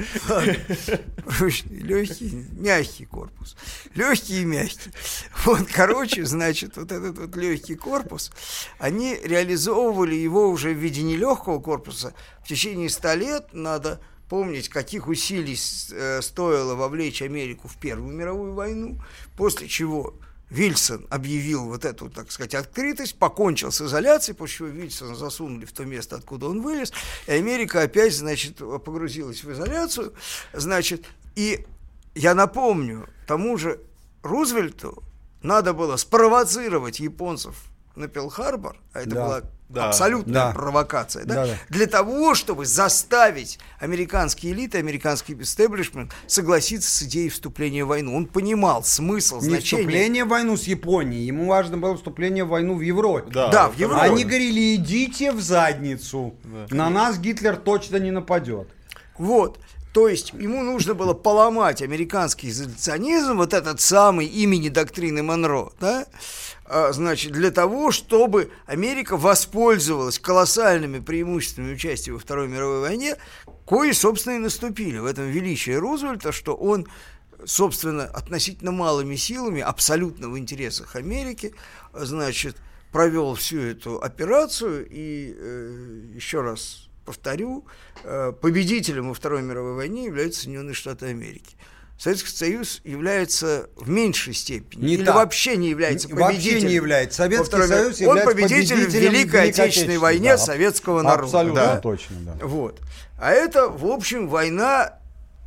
Прочный, легкий, мягкий корпус. Легкий и мягкий. Вот, короче, значит, вот этот вот легкий корпус, они реализовывали его уже в виде нелегкого корпуса в течение 100 лет. Надо помнить, каких усилий стоило вовлечь Америку в Первую мировую войну, после чего Вильсон объявил вот эту, так сказать, открытость, покончил с изоляцией, после чего Вильсона засунули в то место, откуда он вылез, и Америка опять, значит, погрузилась в изоляцию, значит, и я напомню, тому же Рузвельту надо было спровоцировать японцев на Пёрл-Харбор, а это была абсолютная провокация, для того, чтобы заставить американские элиты, американский истеблишмент согласиться с идеей вступления в войну. Он понимал смысл, значение. Не вступление в войну с Японией, ему важно было вступление в войну в Европе. Да, в Европе. Они говорили, идите в задницу, на нас Гитлер точно не нападет. Вот. То есть ему нужно было поломать американский изоляционизм, вот этот самый имени доктрины Монро, да, значит, для того, чтобы Америка воспользовалась колоссальными преимуществами участия во Второй мировой войне, кои, собственно, и наступили. В этом величие Рузвельта, что он, собственно, относительно малыми силами, абсолютно в интересах Америки, значит, провел всю эту операцию и, еще раз повторю, победителем во Второй мировой войне являются Соединенные Штаты Америки. Советский Союз является в меньшей степени, или вообще не является победителем. Вообще не является. Советский Союз является победителем в Великой Отечественной войне советского народа. Абсолютно точно, да. Вот. А это, в общем, война,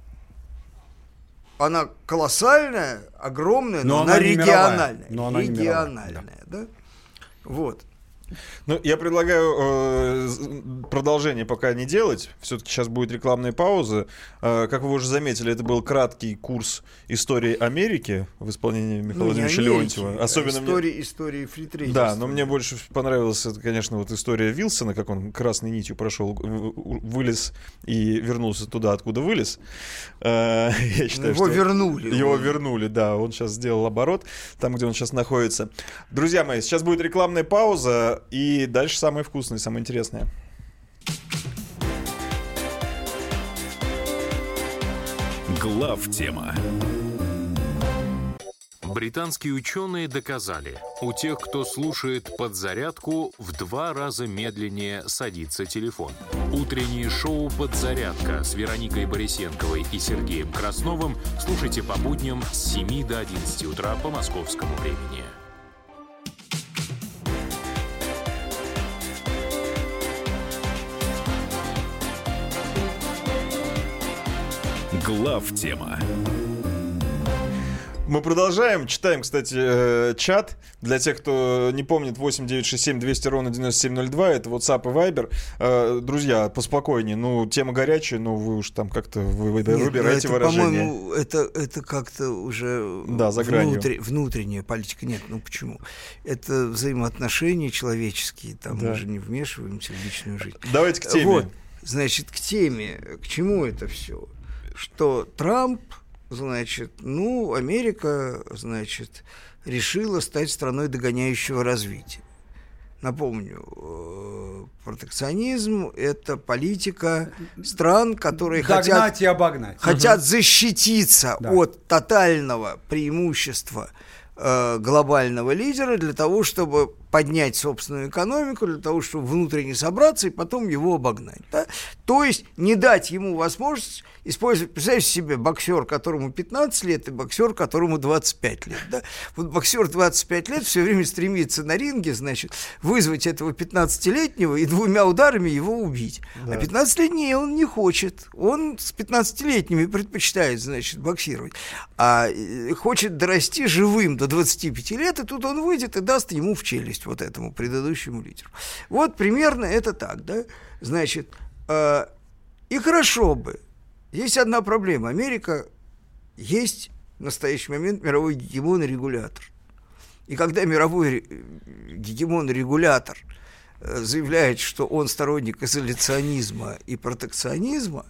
она колоссальная, огромная, но она региональная. Региональная, да? Вот. Ну, я предлагаю продолжение пока не делать. Все-таки сейчас будет рекламная пауза. Как вы уже заметили, это был краткий курс истории Америки в исполнении Михаила Владимировича Леонтьева. Особенно истории фритрейдерства. Да, но мне больше понравилась, конечно, вот история Вилсона, как он красной нитью прошел, вылез и вернулся туда, откуда вылез. Я считаю, его вернули. Его вернули, да. Он сейчас сделал оборот там, где он сейчас находится. Друзья мои, сейчас будет рекламная пауза. И дальше самое вкусное, самое интересное. Главтема. Британские ученые доказали, у тех, кто слушает «Подзарядку», в 2 раза медленнее садится телефон. Утреннее шоу «Подзарядка» с Вероникой Борисенковой и Сергеем Красновым слушайте по будням с 7 до 11 утра по московскому времени. Главтема. Мы продолжаем. Читаем, кстати, чат. Для тех, кто не помнит, 8-967-200-97-02. Это WhatsApp и Viber. Друзья, поспокойнее. Ну, тема горячая, но вы уж там как-то выбираете выражение. По-моему, это как-то уже за гранью. Внутренняя политика. Нет, ну почему? Это взаимоотношения человеческие. Там мы же не вмешиваемся в личную жизнь. Давайте к теме. Вот, значит, к теме. К чему это все? Что Трамп, значит, Америка, значит, решила стать страной догоняющего развития. Напомню, протекционизм – это политика стран, которые хотят защититься от тотального преимущества глобального лидера для того, чтобы поднять собственную экономику, для того, чтобы внутренне собраться и потом его обогнать. Да? То есть не дать ему возможность использовать, представьте себе, боксер, которому 15 лет, и боксер, которому 25 лет. Да? Вот боксер 25 лет все время стремится на ринге, значит, вызвать этого 15-летнего и 2 ударами его убить. Да. А 15-летний он не хочет. Он с 15-летними предпочитает, значит, боксировать. А хочет дорасти живым до 25 лет, и тут он выйдет и даст ему в челюсть вот этому предыдущему лидеру. Вот примерно это так, да? Значит, и хорошо бы. Есть одна проблема. Америка есть в настоящий момент мировой гегемон и регулятор. И когда мировой гегемон и регулятор заявляет, что он сторонник изоляционизма и протекционизма,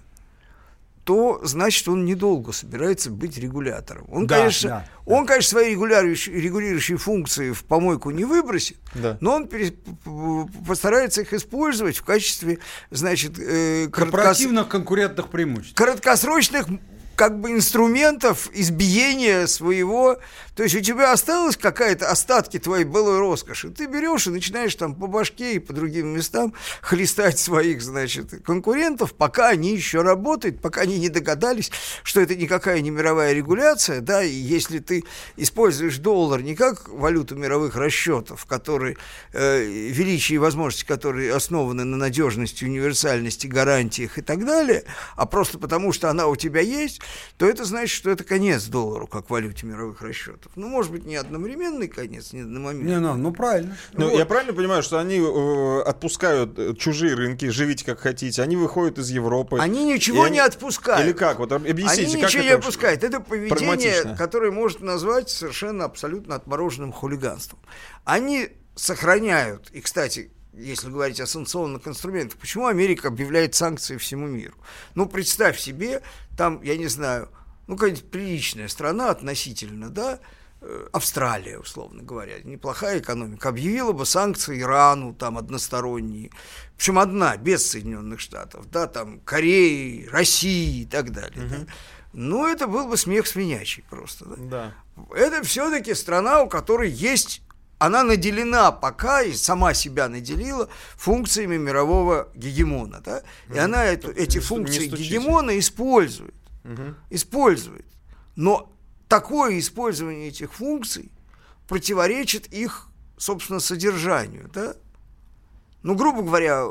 то, значит, он недолго собирается быть регулятором. Он, конечно, свои регулирующие функции в помойку не выбросит, но он постарается их использовать в качестве, значит, корпоративных конкурентных преимуществ. Краткосрочных инструментов избиения своего. То есть у тебя осталось какая-то остатки твоей былой роскоши. Ты берешь и начинаешь там по башке и по другим местам хлестать своих, значит, конкурентов, пока они еще работают, пока они не догадались, что это никакая не мировая регуляция, да, и если ты используешь доллар не как валюту мировых расчетов, которые, величие и возможности которые основаны на надежности, универсальности, гарантиях и так далее, а просто потому, что она у тебя есть, то это значит, что это конец доллару, как валюте мировых расчетов. Ну, может быть, не одновременный конец, не одномоментный. Правильно. Вот. Я правильно понимаю, что они отпускают чужие рынки, живите как хотите, они выходят из Европы. Они ничего не отпускают. Или как? Вот объясните, они ничего не отпускают. Это поведение, которое можно назвать совершенно абсолютно отмороженным хулиганством. Они сохраняют, и, кстати, если говорить о санкционных инструментах, почему Америка объявляет санкции всему миру? Ну, представь себе, там, я не знаю, какая-нибудь приличная страна относительно, да, Австралия, условно говоря, неплохая экономика, объявила бы санкции Ирану, там, односторонние, причем одна, без Соединенных Штатов, да, там, Кореи, России и так далее, да? Ну, это был бы смех свинячий просто, да? Это все-таки страна, у которой есть... Она наделена пока, и сама себя наделила функциями мирового гегемона. Да? И она эти функции гегемона использует. Использует. Но такое использование этих функций противоречит их, собственно, содержанию. Да? Ну, грубо говоря,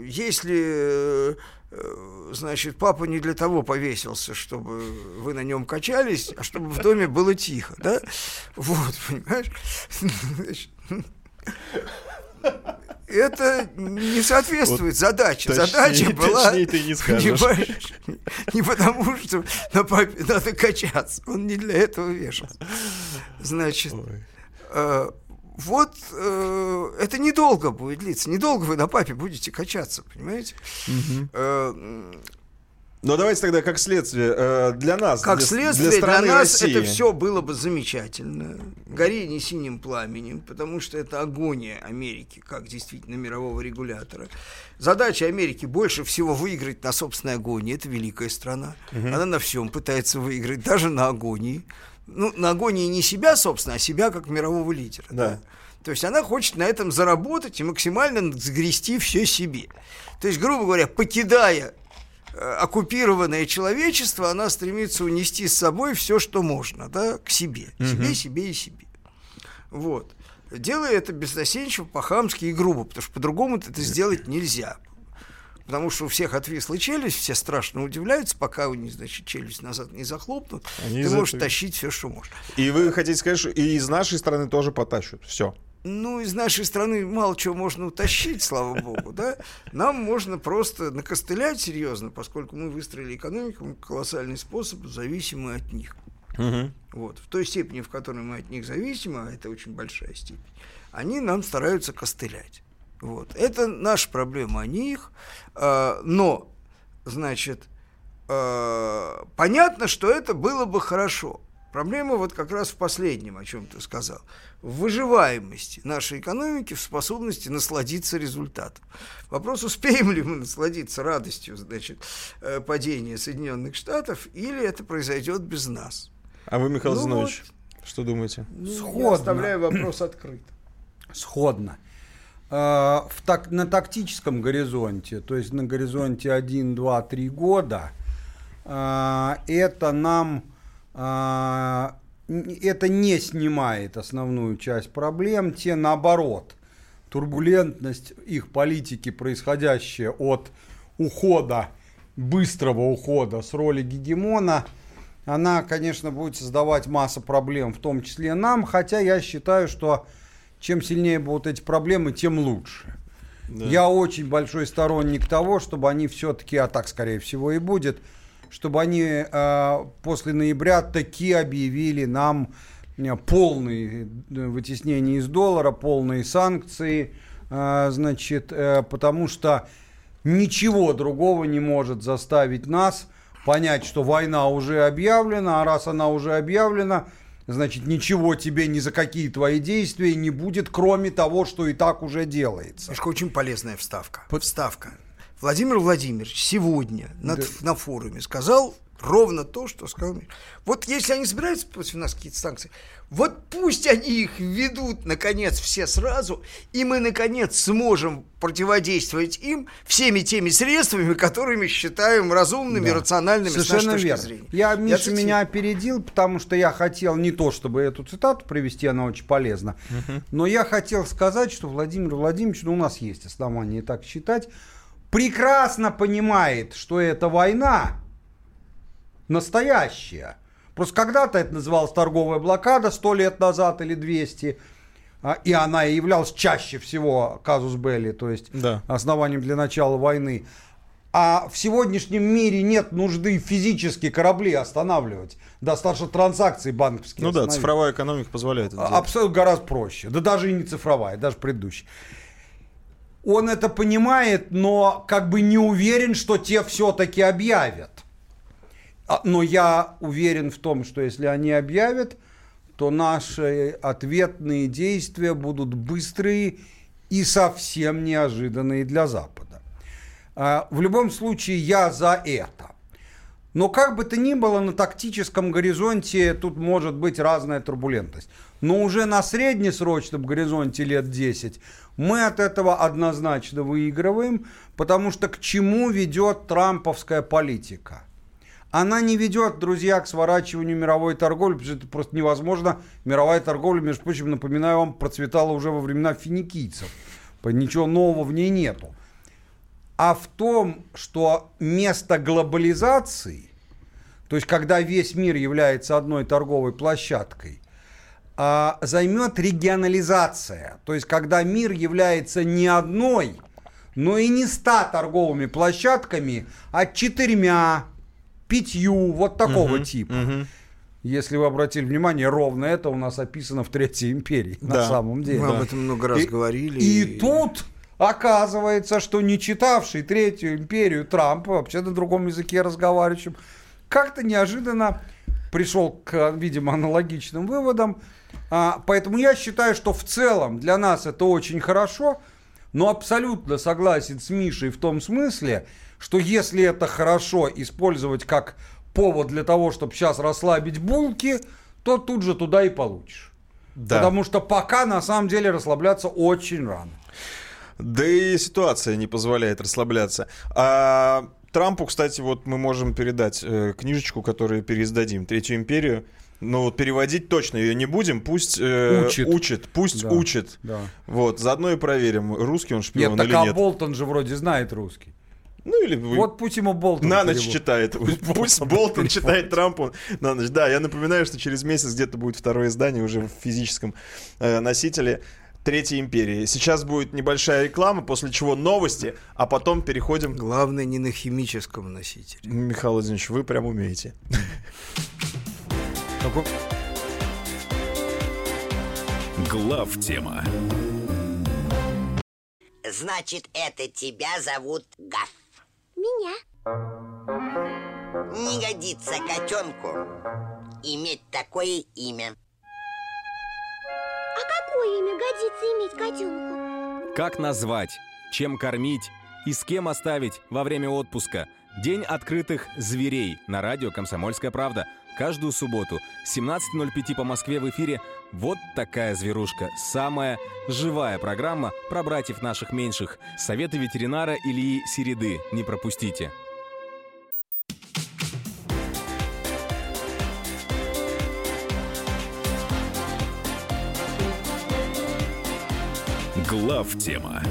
если... Значит, папа не для того повесился, чтобы вы на нем качались, а чтобы в доме было тихо, да? Вот, понимаешь? Значит, это не соответствует задаче. Задача была, понимаешь, не потому, что на папе надо качаться. Он не для этого вешался. Значит, вот это недолго будет длиться. Недолго вы на папе будете качаться, понимаете? Но давайте тогда как следствие для нас, как следствие для нас России. Это все было бы замечательно. Гори не синим пламенем, потому что это агония Америки, как действительно мирового регулятора. Задача Америки больше всего выиграть на собственной агонии. Это великая страна. Она на всем пытается выиграть, даже на агонии. Ну, на агонии не себя, собственно, а себя как мирового лидера. Да. То есть она хочет на этом заработать и максимально сгрести все себе. То есть, грубо говоря, покидая оккупированное человечество, она стремится унести с собой все, что можно, да, к себе. Себе и себе. Вот. Делая это беззастенчиво, по-хамски и грубо, потому что по-другому это сделать нельзя. потому что у всех отвисла челюсть, все страшно удивляются, пока у них, значит, челюсть назад не захлопнут, ты можешь тащить все, что можешь. И вы хотите сказать, что и из нашей страны тоже потащат все? Ну, из нашей страны мало чего можно утащить, слава богу, да? Нам можно просто накостылять серьезно, поскольку мы выстроили экономику, колоссальный способ, зависимый от них. Вот. В той степени, в которой мы от них зависимы, а это очень большая степень, они нам стараются костылять. Вот. Это наша проблема, а не их. Но, значит, понятно, что это было бы хорошо. Проблема вот как раз в последнем, о чем ты сказал. В выживаемости нашей экономики, в способности насладиться результатом. Вопрос, успеем ли мы насладиться радостью, значит, падения Соединенных Штатов, или это произойдет без нас. А вы, Михаил Зинович, что думаете? Я оставляю вопрос открытым. Сходно. На тактическом горизонте, то есть на горизонте 1, 2, 3 года, это нам... это не снимает основную часть проблем, те наоборот. Турбулентность их политики, происходящая от ухода, быстрого ухода с роли гегемона, она, конечно, будет создавать массу проблем, в том числе нам, хотя я считаю, что чем сильнее будут эти проблемы, тем лучше. Да. Я очень большой сторонник того, чтобы они все-таки, а так, скорее всего, и будет, чтобы они после ноября таки объявили нам полное вытеснение из доллара, полные санкции, значит, потому что ничего другого не может заставить нас понять, что война уже объявлена, а раз она уже объявлена, значит, ничего тебе ни за какие твои действия не будет, кроме того, что и так уже делается. Это очень полезная вставка. Вставка. Владимир Владимирович сегодня на форуме сказал ровно то, что сказал. Вот если они собираются против нас какие-то санкции, вот пусть они их введут, наконец, все сразу, и мы, наконец, сможем противодействовать им всеми теми средствами, которыми считаем разумными, рациональными совершенно с нашей точки зрения. Миша меня опередил, потому что я хотел не то, чтобы эту цитату привести, она очень полезна, но я хотел сказать, что Владимир Владимирович, у нас есть основания так считать, прекрасно понимает, что эта война настоящая. Просто когда-то это называлось торговая блокада 100 лет назад или 200, и она и являлась чаще всего казус белли, то есть основанием для начала войны. А в сегодняшнем мире нет нужды физически корабли останавливать. Достаточно транзакций банковских. Ну да, цифровая экономика позволяет это делать. Абсолютно гораздо проще. Да даже и не цифровая, даже предыдущая. Он это понимает, но как бы не уверен, что те все-таки объявят. Но я уверен в том, что если они объявят, то наши ответные действия будут быстрые и совсем неожиданные для Запада. В любом случае, я за это. Но как бы то ни было, на тактическом горизонте тут может быть разная турбулентность. Но уже на среднесрочном горизонте лет 10 мы от этого однозначно выигрываем, потому что к чему ведет трамповская политика? Она не ведет, друзья, к сворачиванию мировой торговли, потому что это просто невозможно. Мировая торговля, между прочим, напоминаю вам, процветала уже во времена финикийцев. Ничего нового в ней нету. А в том, что место глобализации, то есть когда весь мир является одной торговой площадкой, займет регионализация. То есть когда мир является не одной, но и не 100 торговыми площадками, а 4, 5, вот такого типа. Если вы обратили внимание, ровно это у нас описано в Третьей империи, на самом деле. Мы об этом много раз говорили. И тут оказывается, что не читавший Третью империю Трамп, вообще на другом языке разговаривающим, как-то неожиданно пришел к, видимо, аналогичным выводам. Поэтому я считаю, что в целом для нас это очень хорошо, но абсолютно согласен с Мишей в том смысле, что если это хорошо использовать как повод для того, чтобы сейчас расслабить булки, то тут же туда и получишь. Да. Потому что пока на самом деле расслабляться очень рано. Да и ситуация не позволяет расслабляться. Трампу, кстати, вот мы можем передать книжечку, которую переиздадим, «Третью империю». Но вот переводить точно ее не будем, пусть учит, пусть учит. Да. Вот, заодно и проверим, русский он шпион или нет. Болтон же вроде знает русский. Ну, или Вот пусть ему Болтон на ночь перевод. читает. Пусть Болтон читает Трампу на ночь. Да, я напоминаю, что через месяц где-то будет второе издание уже в физическом носителе Третьей империи. Сейчас будет небольшая реклама, после чего новости, а потом переходим... Главное, не на химическом носителе. Михаил Владимирович, вы прям умеете. Главтема. Значит, это тебя зовут Гаф. Меня. Не годится котенку иметь такое имя. А какое имя годится иметь котенку? Как назвать, чем кормить и с кем оставить во время отпуска? День открытых зверей на радио «Комсомольская правда». Каждую субботу 17:05 по Москве в эфире «Вот такая зверушка». Самая живая программа про братьев наших меньших. Советы ветеринара Ильи Середы. Не пропустите. Главтема.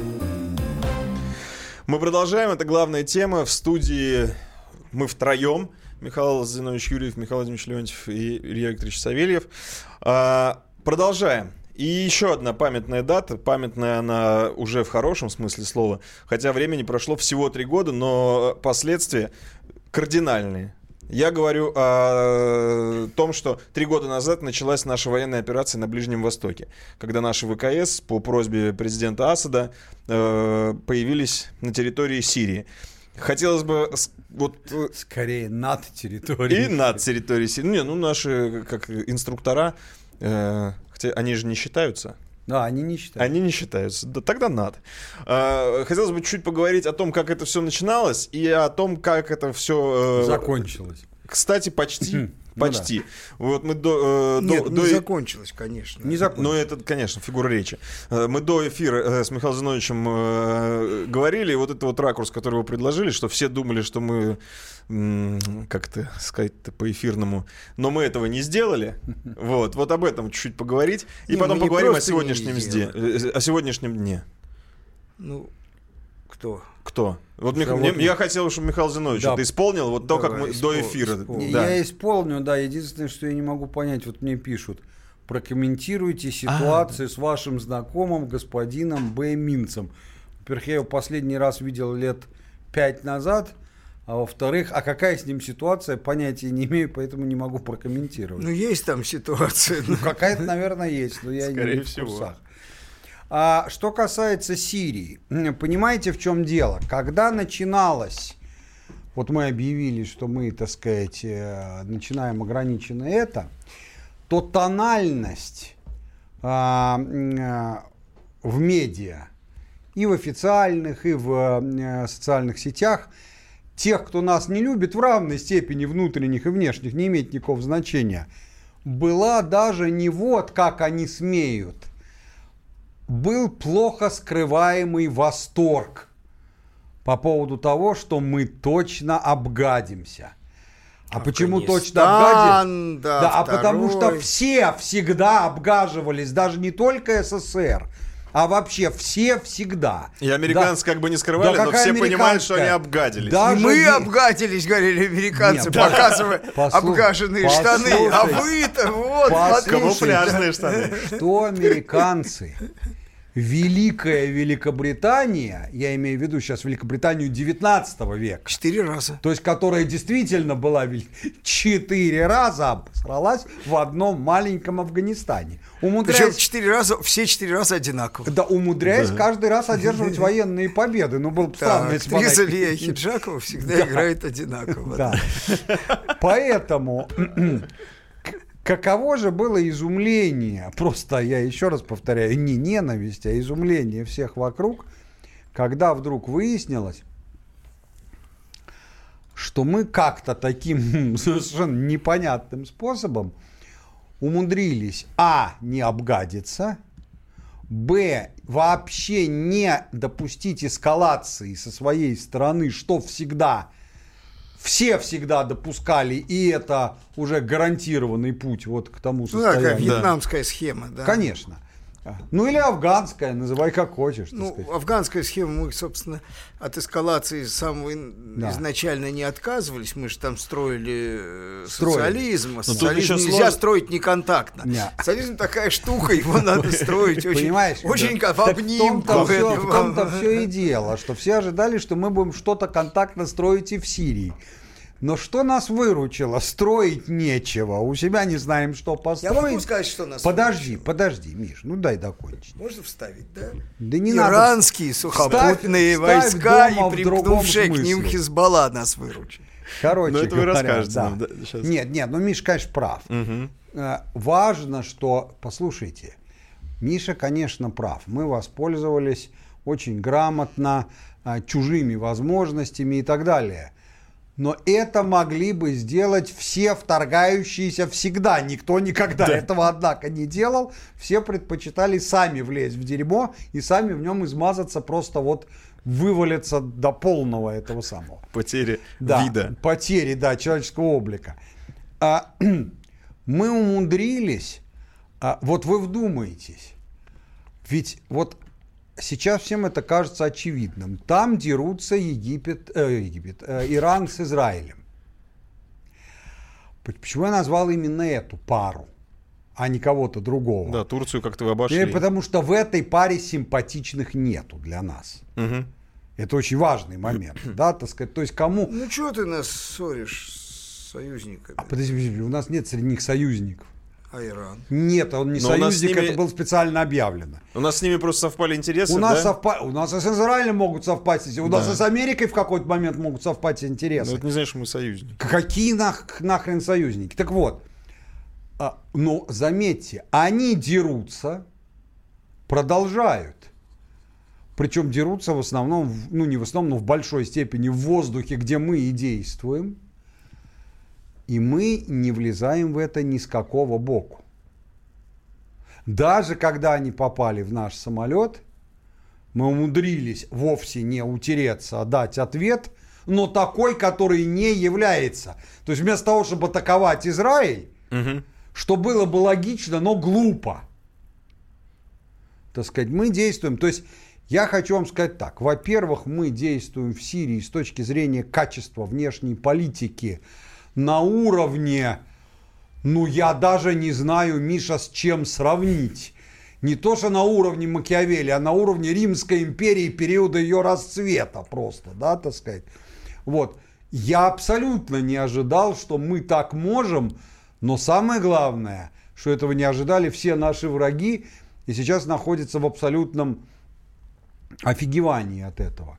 Мы продолжаем. Это главная тема. В студии мы втроем. Михаил Зинович Юрьев, Михаил Владимирович Леонтьев и Илья Викторович Савельев. Продолжаем. И еще одна памятная дата. Памятная она уже в хорошем смысле слова. Хотя времени прошло всего 3 года, но последствия кардинальные. Я говорю о том, что 3 года назад началась наша военная операция на Ближнем Востоке, когда наши ВКС по просьбе президента Асада появились на территории Сирии. Хотелось бы скорее над территорией. И над территорией Сирии. Наши как инструктора, хотя они же не считаются. Да, они не считаются. Они не считаются. Да, тогда надо. Хотелось бы чуть поговорить о том, как это все начиналось, и о том, как это все закончилось. Кстати, почти. Почти. Да. Вот мы не закончилось, конечно. Не закончилось. Ну, это, конечно, фигура речи. Мы до эфира с Михаилом Зиновичем говорили, и вот это вот ракурс, который вы предложили, что все думали, что мы, как-то сказать-то по-эфирному, но мы этого не сделали. Вот об этом чуть-чуть поговорить. И потом поговорим о сегодняшнем дне. Ну, Кто? Вот я хотел, чтобы Михаил Зинович это исполнил, вот то, как мы до эфира. Я исполню, да. Единственное, что я не могу понять, вот мне пишут: прокомментируйте ситуацию с вашим знакомым господином Б. Минцем. Во-первых, я его последний раз видел лет 5 назад, а во-вторых, а какая с ним ситуация, понятия не имею, поэтому не могу прокомментировать. Ну, есть там ситуация. Ну, какая-то, наверное, есть, но я не в курсах. А что касается Сирии, понимаете, в чем дело? Когда начиналось, вот мы объявили, что мы, так сказать, начинаем ограниченно это, то тональность в медиа, и в официальных, и в социальных сетях, тех, кто нас не любит, в равной степени внутренних и внешних, не имеет никакого значения, была даже не вот как они смеют, был плохо скрываемый восторг по поводу того, что мы точно обгадимся. А почему точно обгадим? Да, потому что все всегда обгаживались, даже не только СССР, а вообще все всегда. И американцы как бы не скрывали, но все понимают, что они обгадились. И мы обгадились, говорили американцы, показывая обгаженные штаны. А вы-то вот, камуфляжные штаны. Что американцы, Великая Великобритания, я имею в виду сейчас Великобританию 19 века. 4 раза. То есть, которая действительно была 4 раза обосралась в одном маленьком Афганистане. Причем 4 раза, все 4 раза одинаково. Да, умудряясь каждый раз одерживать военные победы. Ну, было бы странно, если бы она... Актриса Лия Хиджакова всегда играет одинаково. Да. Поэтому... Каково же было изумление, просто я еще раз повторяю, не ненависть, а изумление всех вокруг, когда вдруг выяснилось, что мы как-то таким совершенно непонятным способом умудрились, не обгадиться, вообще не допустить эскалации со своей стороны, что все всегда допускали, и это уже гарантированный путь вот к тому состоянию. Такая вьетнамская схема, да. Конечно. Ну или афганская, называй как хочешь. Ну, афганская схема, мы, собственно, от эскалации самого изначально не отказывались. Мы же там строили социализм. А социализм нельзя строить неконтактно. Социализм такая штука, его надо строить очень в обнимку. В том-то все и дело, что все ожидали, что мы будем что-то контактно строить и в Сирии. Но что нас выручило? Строить нечего. У себя не знаем, что построить. Я могу сказать, что нас Подожди, Миш, ну дай докончить. Можно вставить, да? Да не Иранские надо. сухопутные войска и примкнувшие к ним Хизбалла нас выручили. Короче это говоря, вы расскажете да. нам, да, сейчас. Нет, ну Миша, конечно, прав. Важно, что, послушайте, Миша, конечно, прав. Мы воспользовались очень грамотно чужими возможностями и так далее. Но это могли бы сделать все вторгающиеся всегда. Никто никогда этого, однако, не делал. Все предпочитали сами влезть в дерьмо и сами в нем измазаться, просто вот вывалиться до полного этого самого. Потери вида. Потери, человеческого облика. Мы умудрились, вот вы вдумаетесь, ведь вот сейчас всем это кажется очевидным. Там дерутся Иран с Израилем. Почему я назвал именно эту пару, а не кого-то другого? Да, Турцию как-то вы обошли. Потому что в этой паре симпатичных нету для нас. Угу. Это очень важный момент. Да, так сказать, то есть кому... Ну, чего ты нас ссоришь с союзниками? Подожди, у нас нет среди них союзников. А Иран? Нет, он не союзник, это было специально объявлено. У нас с ними просто совпали интересы, у нас и с Израилем могут совпать, у нас и с Америкой в какой-то момент могут совпать интересы. Но это не значит, что мы союзники. Какие нахрен союзники? Так вот, но заметьте, они дерутся, продолжают. Причем дерутся в основном, ну не в основном, но в большой степени в воздухе, где мы и действуем. И мы не влезаем в это ни с какого боку. Даже когда они попали в наш самолет, мы умудрились вовсе не утереться, а дать ответ, но такой, который не является. То есть вместо того, чтобы атаковать Израиль, что было бы логично, но глупо, так сказать, мы действуем. То есть я хочу вам сказать так. Во-первых, мы действуем в Сирии с точки зрения качества внешней политики на уровне, ну я даже не знаю, Миша, с чем сравнить. Не то, что на уровне Макиавелли, а на уровне Римской империи периода ее расцвета просто, да, так сказать. Вот. Я абсолютно не ожидал, что мы так можем, но самое главное, что этого не ожидали все наши враги, и сейчас находятся в абсолютном офигевании от этого.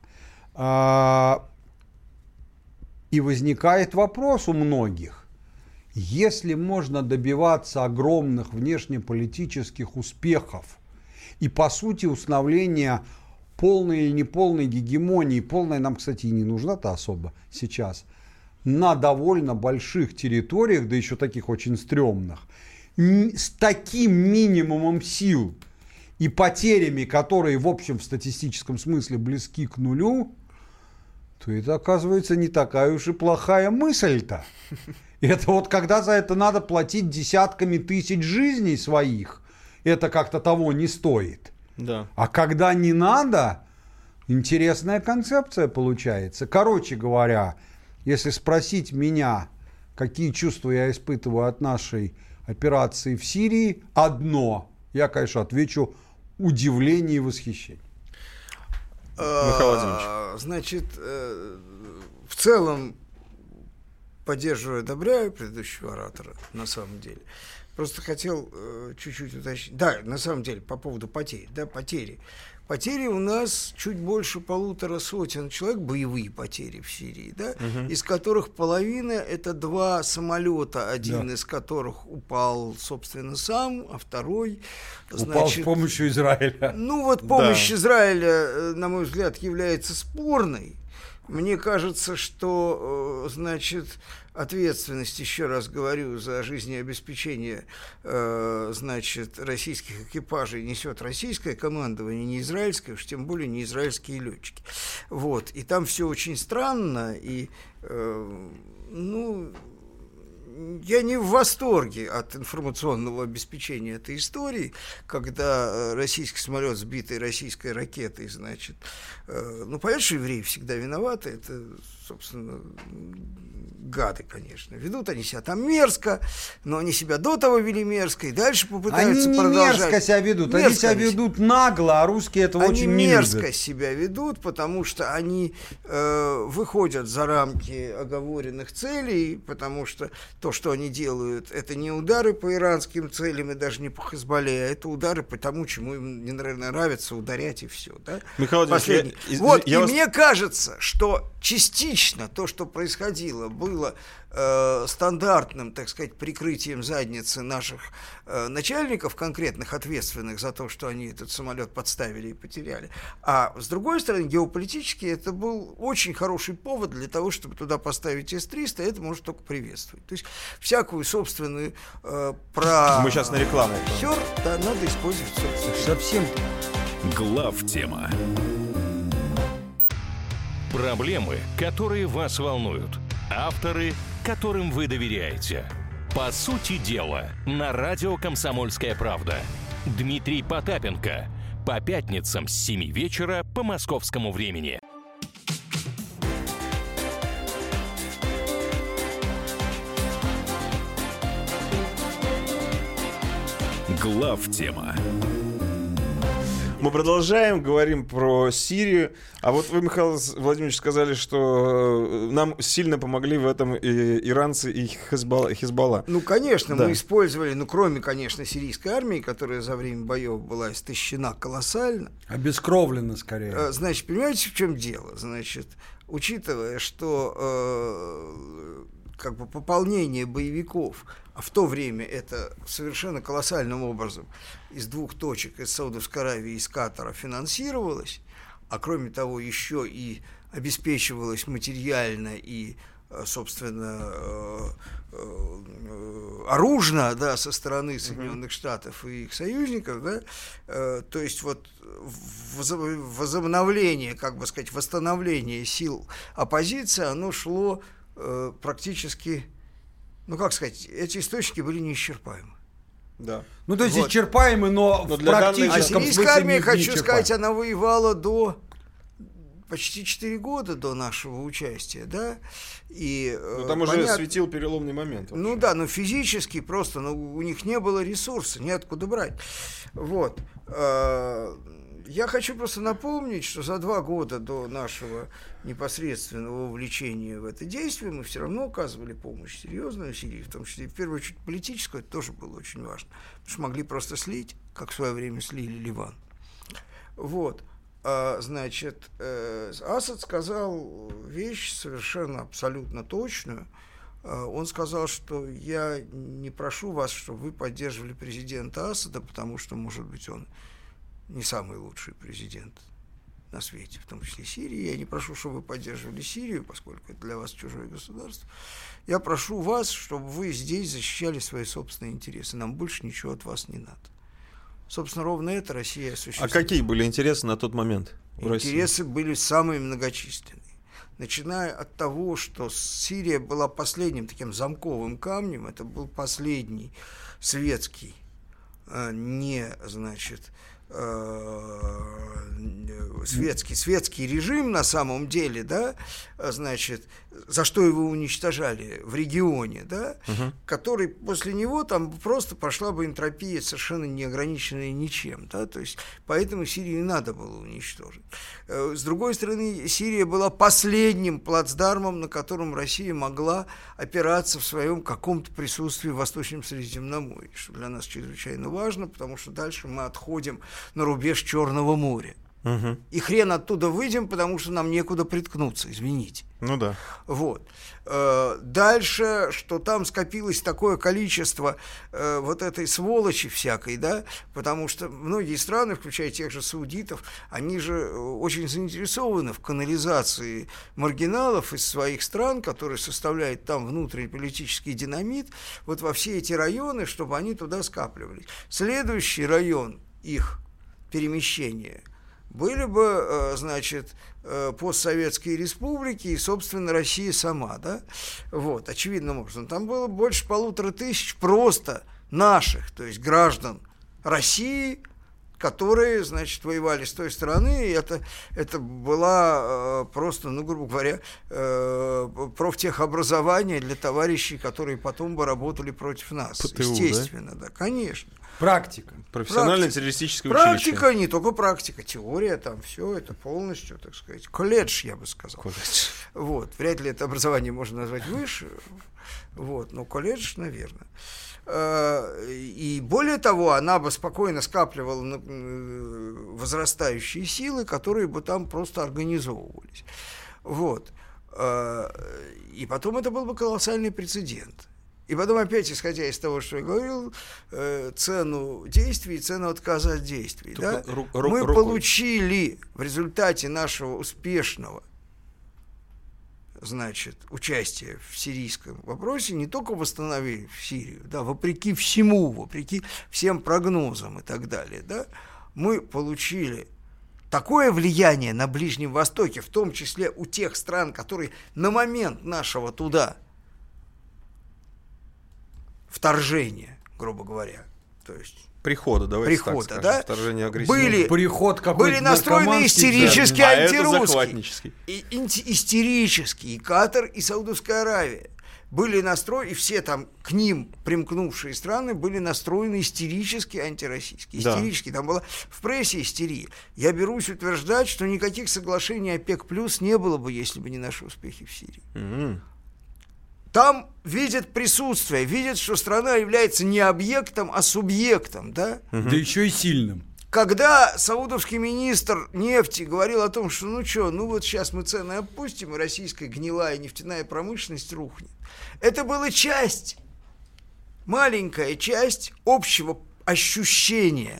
И возникает вопрос у многих, если можно добиваться огромных внешнеполитических успехов и, по сути, установления полной или неполной гегемонии, полная нам, кстати, и не нужна-то особо сейчас, на довольно больших территориях, да еще таких очень стрёмных, с таким минимумом сил и потерями, которые, в общем, в статистическом смысле близки к нулю, то это, оказывается, не такая уж и плохая мысль-то. Это вот когда за это надо платить десятками тысяч жизней своих, это как-то того не стоит. Да. А когда не надо, интересная концепция получается. Короче говоря, если спросить меня, какие чувства я испытываю от нашей операции в Сирии, одно, я, конечно, отвечу: удивление и восхищение. Михаил Владимирович. Значит, в целом поддерживаю, одобряю предыдущего оратора, на самом деле. Просто хотел чуть-чуть уточнить. Да, на самом деле, по поводу потерь. Да, потери. Потери у нас чуть больше 150 человек, боевые потери в Сирии, да, из которых половина — это 2 самолета, один из которых упал, собственно, сам, а второй, упал с помощью Израиля. Ну вот помощь Израиля, на мой взгляд, является спорной. Мне кажется, что, значит, ответственность, еще раз говорю, за жизнеобеспечение, значит, российских экипажей несет российское командование, не израильское, уж тем более не израильские летчики. Вот. И там все очень странно, и, ну, я не в восторге от информационного обеспечения этой истории, когда российский самолет, сбитый российской ракетой, значит, понятно, что евреи всегда виноваты, это, собственно, гады, конечно. Ведут они себя там мерзко, но они себя до того вели мерзко, и дальше попытаются продолжать. Они мерзко себя ведут, они себя ведут нагло, а русские этого очень не любят. Они мерзко себя ведут, потому что они выходят за рамки оговоренных целей, потому что то, что они делают, это не удары по иранским целям и даже не по Хезболле, а это удары по тому, чему им не нравится ударять, и все. Да? Михаил Владимирович, мне кажется, что частично то, что происходило, было стандартным, так сказать, прикрытием задницы наших начальников, конкретных, ответственных за то, что они этот самолет подставили и потеряли. А с другой стороны, геополитически это был очень хороший повод для того, чтобы туда поставить С-300, и это можно только приветствовать. То есть всякую собственную Мы сейчас на рекламу. Все, да, надо использовать собственно. Совсем. Главтема. Проблемы, которые вас волнуют. Авторы, которым вы доверяете. По сути дела, на радио «Комсомольская правда». Дмитрий Потапенко. По пятницам с 7 вечера по московскому времени. Главтема. Мы продолжаем, говорим про Сирию. А вот вы, Михаил Владимирович, сказали, что нам сильно помогли в этом и иранцы, и Хезболла. Ну, конечно, да. Мы использовали, кроме, конечно, сирийской армии, которая за время боев была истощена колоссально. Обескровлена, скорее. Значит, понимаете, в чем дело? Значит, учитывая, что пополнение боевиков, а в то время это совершенно колоссальным образом из двух точек, из Саудовской Аравии и из Катара, финансировалось, а кроме того еще и обеспечивалось материально и, собственно, оружно, да, со стороны Соединенных Штатов и их союзников, да, то есть вот возобновление, восстановление сил оппозиции, оно шло практически, эти источники были неисчерпаемы. Да. То есть исчерпаемы, но в практическом смысле сирийская армия, хочу сказать, она воевала почти 4 года до нашего участия, да, и... там уже светил переломный момент. Вообще. Но физически просто, у них не было ресурса, неоткуда брать. Вот. Я хочу просто напомнить, что за 2 года до нашего непосредственного вовлечения в это действие мы все равно оказывали помощь серьезную Сирии, в том числе, в первую очередь, политическую, это тоже было очень важно, потому что могли просто слить, как в свое время слили Ливан. Вот. Значит, Асад сказал вещь совершенно абсолютно точную. Он сказал, что я не прошу вас, чтобы вы поддерживали президента Асада, потому что, может быть, он не самый лучший президент на свете, в том числе Сирии. Я не прошу, чтобы вы поддерживали Сирию, поскольку это для вас чужое государство. Я прошу вас, чтобы вы здесь защищали свои собственные интересы. Нам больше ничего от вас не надо. Собственно, ровно это Россия осуществляет. А какие были интересы на тот момент в России? Интересы были самые многочисленные. Начиная от того, что Сирия была последним таким замковым камнем, это был последний светский, светский режим на самом деле, да, значит, за что его уничтожали в регионе, да, который после него там просто пошла бы энтропия совершенно неограниченная ничем, да, то есть поэтому Сирию не надо было уничтожить. С другой стороны, Сирия была последним плацдармом, на котором Россия могла опираться в своем каком-то присутствии в Восточном Средиземноморье, что для нас чрезвычайно важно, потому что дальше мы отходим на рубеж Черного моря. И хрен оттуда выйдем, потому что нам некуда приткнуться, извините. Ну да. Вот. Дальше, что там скопилось такое количество вот этой сволочи всякой, да, потому что многие страны, включая тех же саудитов, они же очень заинтересованы в канализации маргиналов из своих стран, которые составляют там внутренний политический динамит, вот во все эти районы, чтобы они туда скапливались. Следующий район их перемещения были бы, значит, постсоветские республики и, собственно, Россия сама, да? Вот, очевидным образом. Там было больше 1500 просто наших, то есть граждан России, которые, значит, воевали с той стороны, и это была просто, ну, грубо говоря, профтехобразование для товарищей, которые потом бы работали против нас. ПТУ, естественно, да, конечно. Практика. Профессиональное террористическое училище. Практика, не только практика, теория, там все это полностью, так сказать, колледж, я бы сказал. Колледж. Вот, вряд ли это образование можно назвать выше, вот, но колледж, наверное. И более того, она бы спокойно скапливала возрастающие силы, которые бы там просто организовывались. Вот. И потом это был бы колоссальный прецедент. И потом опять, исходя из того, что я говорил, цену действий и цену отказа от действий. Да? Мы получили в результате нашего успешного, значит, участия в сирийском вопросе не только восстановили в Сирию, да, вопреки всему, вопреки всем прогнозам и так далее, да, мы получили такое влияние на Ближнем Востоке, в том числе у тех стран, которые на момент нашего туда вторжения, грубо говоря, то есть прихода, давайте так скажем, да? Вторжение агрессивное. Были настроены истерически антирусские. Истерически. И Катар, и Саудовская Аравия были настроены, и все там к ним примкнувшие страны были настроены истерически антироссийские. Истерически. Да. Там была в прессе истерия. Я берусь утверждать, что никаких соглашений ОПЕК+ не было бы, если бы не наши успехи в Сирии. Там видят присутствие, видят, что страна является не объектом, а субъектом, да? Да еще и сильным. Когда саудовский министр нефти говорил о том, что ну вот сейчас мы цены опустим, и российская гнилая нефтяная промышленность рухнет. Это была часть, маленькая часть общего ощущения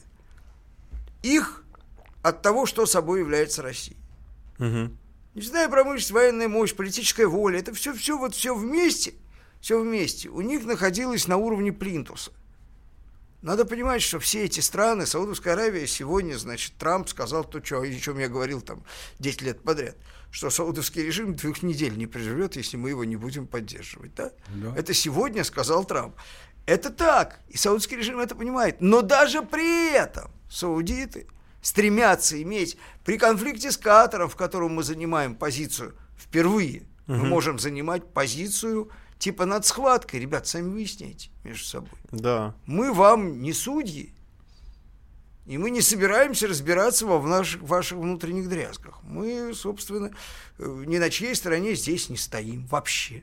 их от того, что собой является Россия. Нефтяная промышленность, военная мощь, политическая воля, это все вместе у них находилось на уровне плинтуса. Надо понимать, что все эти страны, Саудовская Аравия, сегодня, значит, Трамп сказал то, о чем я говорил там 10 лет подряд, что саудовский режим 2 недель не проживет, если мы его не будем поддерживать, да? Да. Это сегодня сказал Трамп. Это так, и саудовский режим это понимает. Но даже при этом саудиты стремятся иметь при конфликте с Катаром, в котором мы занимаем позицию впервые, мы можем занимать позицию типа над схваткой. Ребят, сами выясняйте между собой. Да. Мы вам не судьи, и мы не собираемся разбираться во ваших внутренних дрязгах. Мы, собственно, ни на чьей стороне здесь не стоим вообще.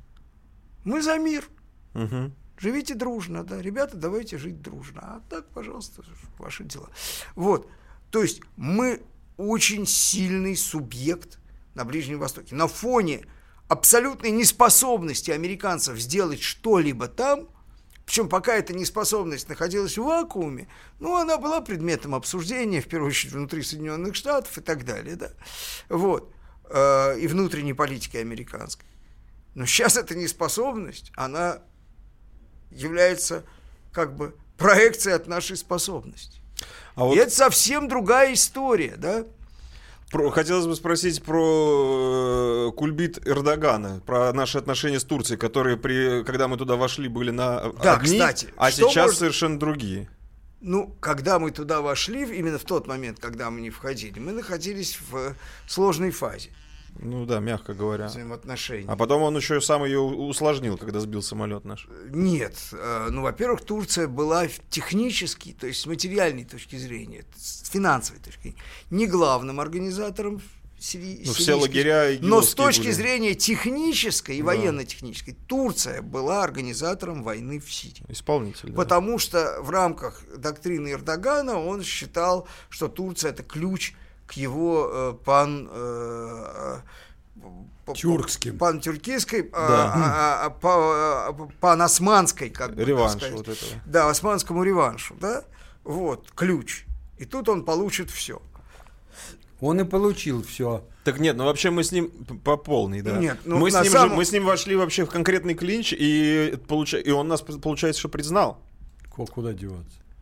Мы за мир. Живите дружно, да. Ребята, давайте жить дружно. А так, пожалуйста, ваши дела. Вот. То есть мы очень сильный субъект на Ближнем Востоке. На фоне абсолютной неспособности американцев сделать что-либо там, причем пока эта неспособность находилась в вакууме, она была предметом обсуждения, в первую очередь, внутри Соединенных Штатов и так далее, да, вот, и внутренней политики американской. Но сейчас эта неспособность, она является как бы проекцией от нашей способности. И это совсем другая история, да? Хотелось бы спросить про кульбит Эрдогана, про наши отношения с Турцией, которые, когда мы туда вошли, были на одни, кстати, а сейчас совершенно другие. Когда мы туда вошли, именно в тот момент, когда мы не входили, мы находились в сложной фазе. Мягко говоря. Взаимоотношений. А потом он еще сам ее усложнил, когда сбил самолет наш. Нет. Во-первых, Турция была технически, то есть с материальной точки зрения, с финансовой точки зрения, не главным организатором все лагеря но с точки зрения технической и военно-технической Турция была организатором войны в Сирии. Исполнитель. Потому что в рамках доктрины Эрдогана он считал, что Турция — это ключ к его пантюркистской, паносманской, как бы реванш сказать. Вот этого. Да, османскому реваншу, да? Вот, ключ. И тут он получит все. Он и получил все. Так нет, вообще мы с ним по полной, да. Нет, мы с ним вошли вообще в конкретный клинч, и он нас, получается, что признал. Куда деваться?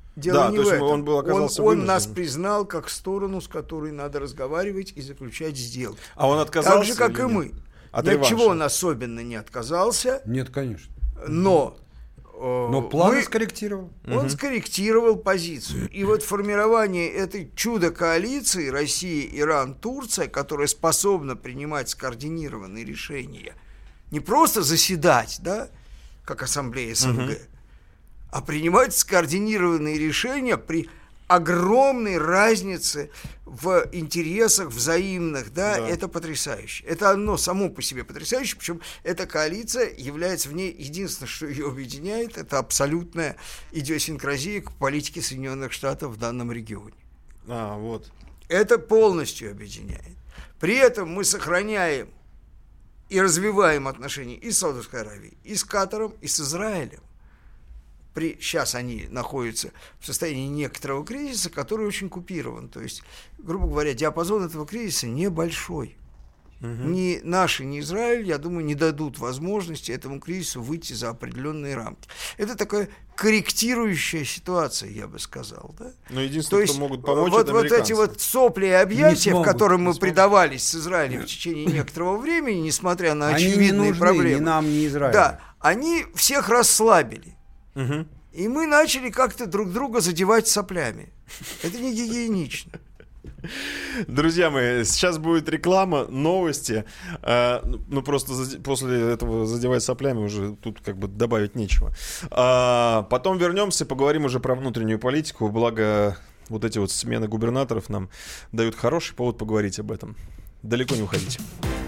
Дело не то в есть этом. он оказался он нас вынужден. признал как сторону, с которой надо разговаривать и заключать сделки. А он отказался? Так же, как и мы. Ни от чего он особенно не отказался. Нет, конечно. Но планы скорректировал. Он скорректировал позицию. И вот формирование этой чудо-коалиции Россия, Иран, Турция, которая способна принимать скоординированные решения, не просто заседать, да, как ассамблея СНГ, а принимать скоординированные решения при огромной разнице в интересах взаимных, да, это потрясающе. Это одно само по себе потрясающе, причем эта коалиция является в ней, единственное, что ее объединяет, это абсолютная идиосинкразия к политике Соединенных Штатов в данном регионе. Вот. Это полностью объединяет. При этом мы сохраняем и развиваем отношения и с Саудовской Аравией, и с Катаром, и с Израилем. Сейчас они находятся в состоянии некоторого кризиса, который очень купирован. То есть, грубо говоря, диапазон этого кризиса небольшой. Ни наши, ни Израиль, я думаю, не дадут возможности этому кризису выйти за определенные рамки. Это такая корректирующая ситуация, я бы сказал. Да? Но единственное, кто могут помочь, вот, это вот американцы. эти вот сопли и объятия, в которым мы предавались с Израилем в течение некоторого времени, несмотря на очевидные проблемы, ни нам, ни Израилю. Да, они всех расслабили. И мы начали как-то друг друга задевать соплями. Это не гигиенично. Друзья мои, сейчас будет реклама, новости. Просто после этого задевать соплями уже тут как бы добавить нечего. Потом вернемся и поговорим уже про внутреннюю политику. Благо, вот эти вот смены губернаторов нам дают хороший повод поговорить об этом. Далеко не уходите.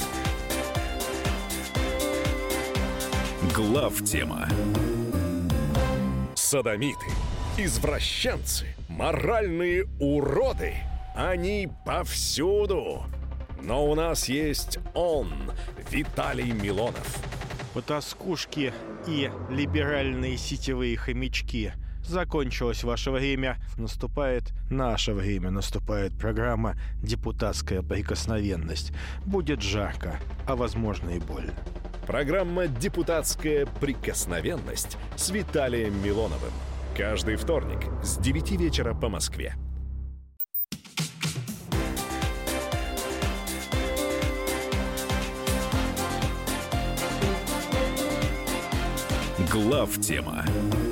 Главтема. Содомиты, извращенцы, моральные уроды. Они повсюду. Но у нас есть он, Виталий Милонов. Потаскушки и либеральные сетевые хомячки. Закончилось ваше время, наступает наше время, наступает программа «Депутатская прикосновенность». Будет жарко, а возможно и больно. Программа «Депутатская прикосновенность» с Виталием Милоновым. Каждый вторник с 9 вечера по Москве. Главтема.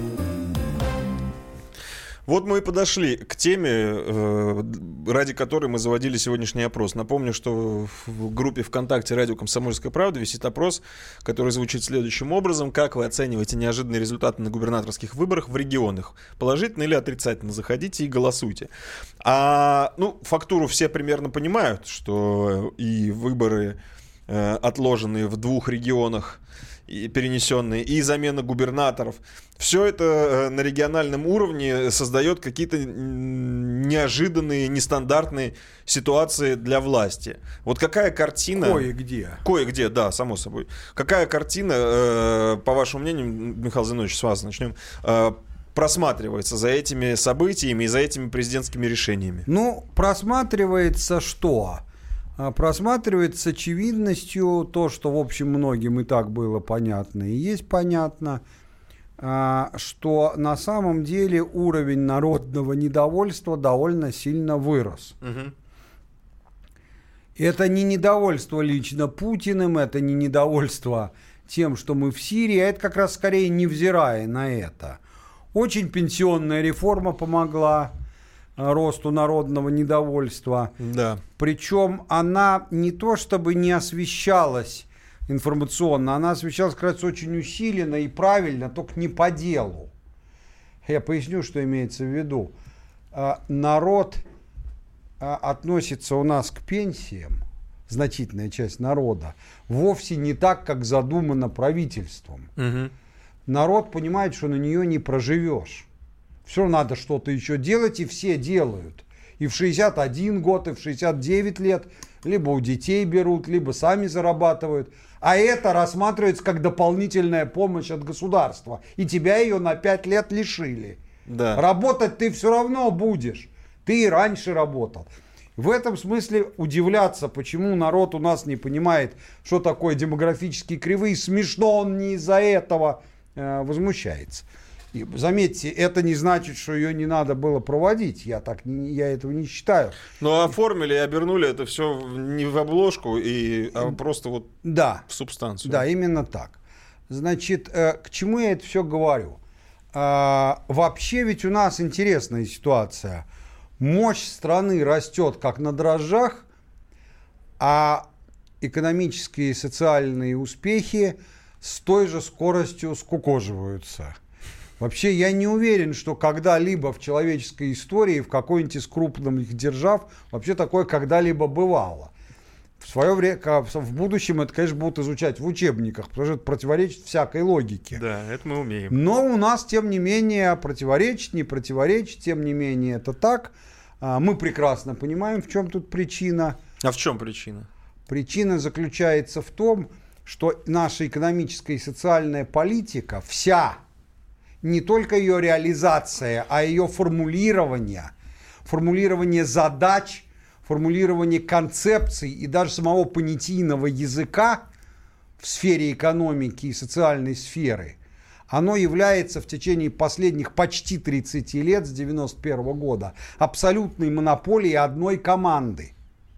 Вот мы и подошли к теме, ради которой мы заводили сегодняшний опрос. Напомню, что в группе ВКонтакте «Радио Комсомольская правда» висит опрос, который звучит следующим образом. Как вы оцениваете неожиданные результаты на губернаторских выборах в регионах? Положительно или отрицательно? Заходите и голосуйте. Фактуру все примерно понимают, что и выборы, отложенные в 2 регионах, и перенесенные, и замена губернаторов. Все это на региональном уровне создает какие-то неожиданные, нестандартные ситуации для власти. Вот какая картина... Кое-где, да, само собой. Какая картина, по вашему мнению, Михаил Зинович, с вас начнем, просматривается за этими событиями и за этими президентскими решениями? Просматривается что? Просматривается с очевидностью то, что, в общем, многим и так было понятно и есть понятно, что на самом деле уровень народного недовольства довольно сильно вырос. Это не недовольство лично Путиным, это не недовольство тем, что мы в Сирии, а это как раз скорее невзирая на это. Очень пенсионная реформа помогла росту народного недовольства. Да. Причем она не то чтобы не освещалась информационно, она освещалась, кажется, очень усиленно и правильно, только не по делу. Я поясню, что имеется в виду. Народ относится у нас к пенсиям, значительная часть народа, вовсе не так, как задумано правительством. Народ понимает, что на нее не проживешь. Все надо что-то еще делать, и все делают. И в 61 год, и в 69 лет. Либо у детей берут, либо сами зарабатывают. А это рассматривается как дополнительная помощь от государства. И тебя ее на 5 лет лишили. Да. Работать ты все равно будешь. Ты и раньше работал. В этом смысле удивляться, почему народ у нас не понимает, что такое демографические кривые. Смешно, он не из-за этого возмущается. И, заметьте, это не значит, что ее не надо было проводить. Я этого не считаю. Но оформили и обернули это все не в обложку, а просто вот в субстанцию. Да, именно так. Значит, к чему я это все говорю? Вообще ведь у нас интересная ситуация. Мощь страны растет как на дрожжах, а экономические и социальные успехи с той же скоростью скукоживаются. Вообще, я не уверен, что когда-либо в человеческой истории, в какой-нибудь из крупных держав, вообще такое когда-либо бывало. В свое время, в будущем это, конечно, будут изучать в учебниках, потому что это противоречит всякой логике. Да, это мы умеем. Но у нас, тем не менее, противоречит, не противоречит, тем не менее, это так. Мы прекрасно понимаем, в чем тут причина. А в чем причина? Причина заключается в том, что наша экономическая и социальная политика вся, не только ее реализация, а ее формулирование задач, формулирование концепций и даже самого понятийного языка в сфере экономики и социальной сферы, оно является в течение последних почти 30 лет, с 1991 года, абсолютной монополией одной команды.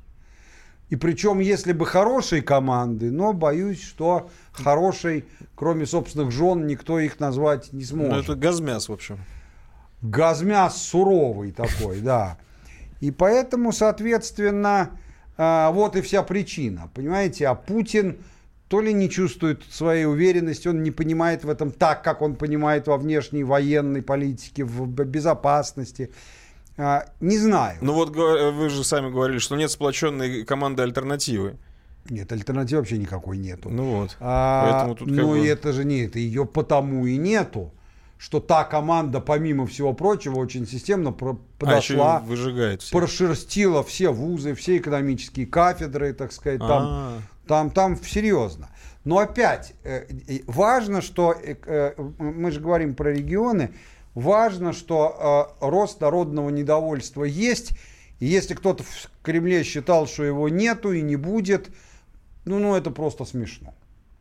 И причем, если бы хорошей команды, но боюсь, что хорошей, кроме собственных жен, никто их назвать не сможет. Ну, это газмяс, в общем. Газмяс суровый такой, да. И поэтому, соответственно, вот и вся причина. Понимаете, а Путин то ли не чувствует своей уверенности, он не понимает в этом так, как он понимает во внешней военной политике, в безопасности. Не знаю. Ну вот вы же сами говорили, что нет сплоченной команды альтернативы. Нет, альтернативы вообще никакой нету. Ну вот. Поэтому тут но это же не это. Ее потому и нету, что та команда, помимо всего прочего, очень системно подошла, выжигает всех. Прошерстила все вузы, все экономические кафедры, так сказать, там серьезно. Но опять, важно, что мы же говорим про регионы, важно, что рост народного недовольства есть, и если кто-то в Кремле считал, что его нету и не будет, ну это просто смешно.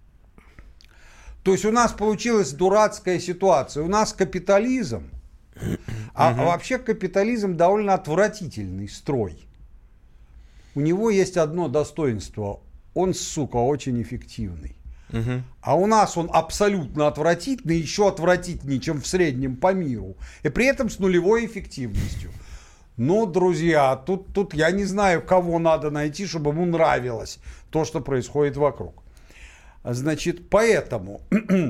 То есть у нас получилась дурацкая ситуация. У нас капитализм, а вообще капитализм довольно отвратительный строй. У него есть одно достоинство. Он, сука, очень эффективный. А у нас он абсолютно отвратительный, еще отвратительнее, чем в среднем по миру. И при этом с нулевой эффективностью. Но, друзья, тут я не знаю, кого надо найти, чтобы ему нравилось то, что происходит вокруг. Значит, поэтому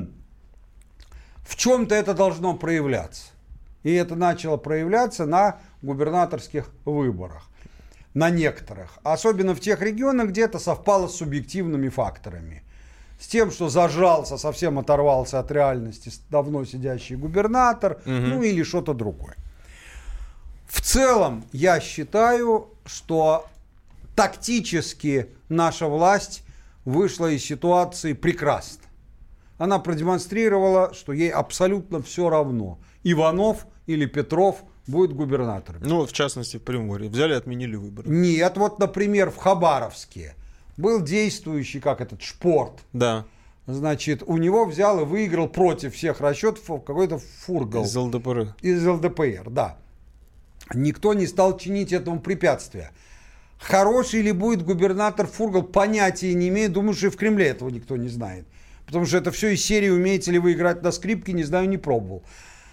в чем-то это должно проявляться. И это начало проявляться на губернаторских выборах. На некоторых. Особенно в тех регионах, где это совпало с субъективными факторами. С тем, что зажрался, совсем оторвался от реальности давно сидящий губернатор, ну или что-то другое. В целом, я считаю, что тактически наша власть вышла из ситуации прекрасно. Она продемонстрировала, что ей абсолютно все равно. Иванов или Петров будет губернатором. Ну, в частности, в Приморье. Взяли и отменили выборы. Нет, вот, например, в Хабаровске был действующий, Шпорт. Да. Значит, у него взял и выиграл против всех расчетов какой-то Фургал. Из ЛДПР. Из ЛДПР, да. Никто не стал чинить этому препятствия. Хороший ли будет губернатор Фургал, понятия не имею. Думаю, что и в Кремле этого никто не знает. Потому что это все из серии «Умеете ли вы играть на скрипке?» Не знаю, не пробовал.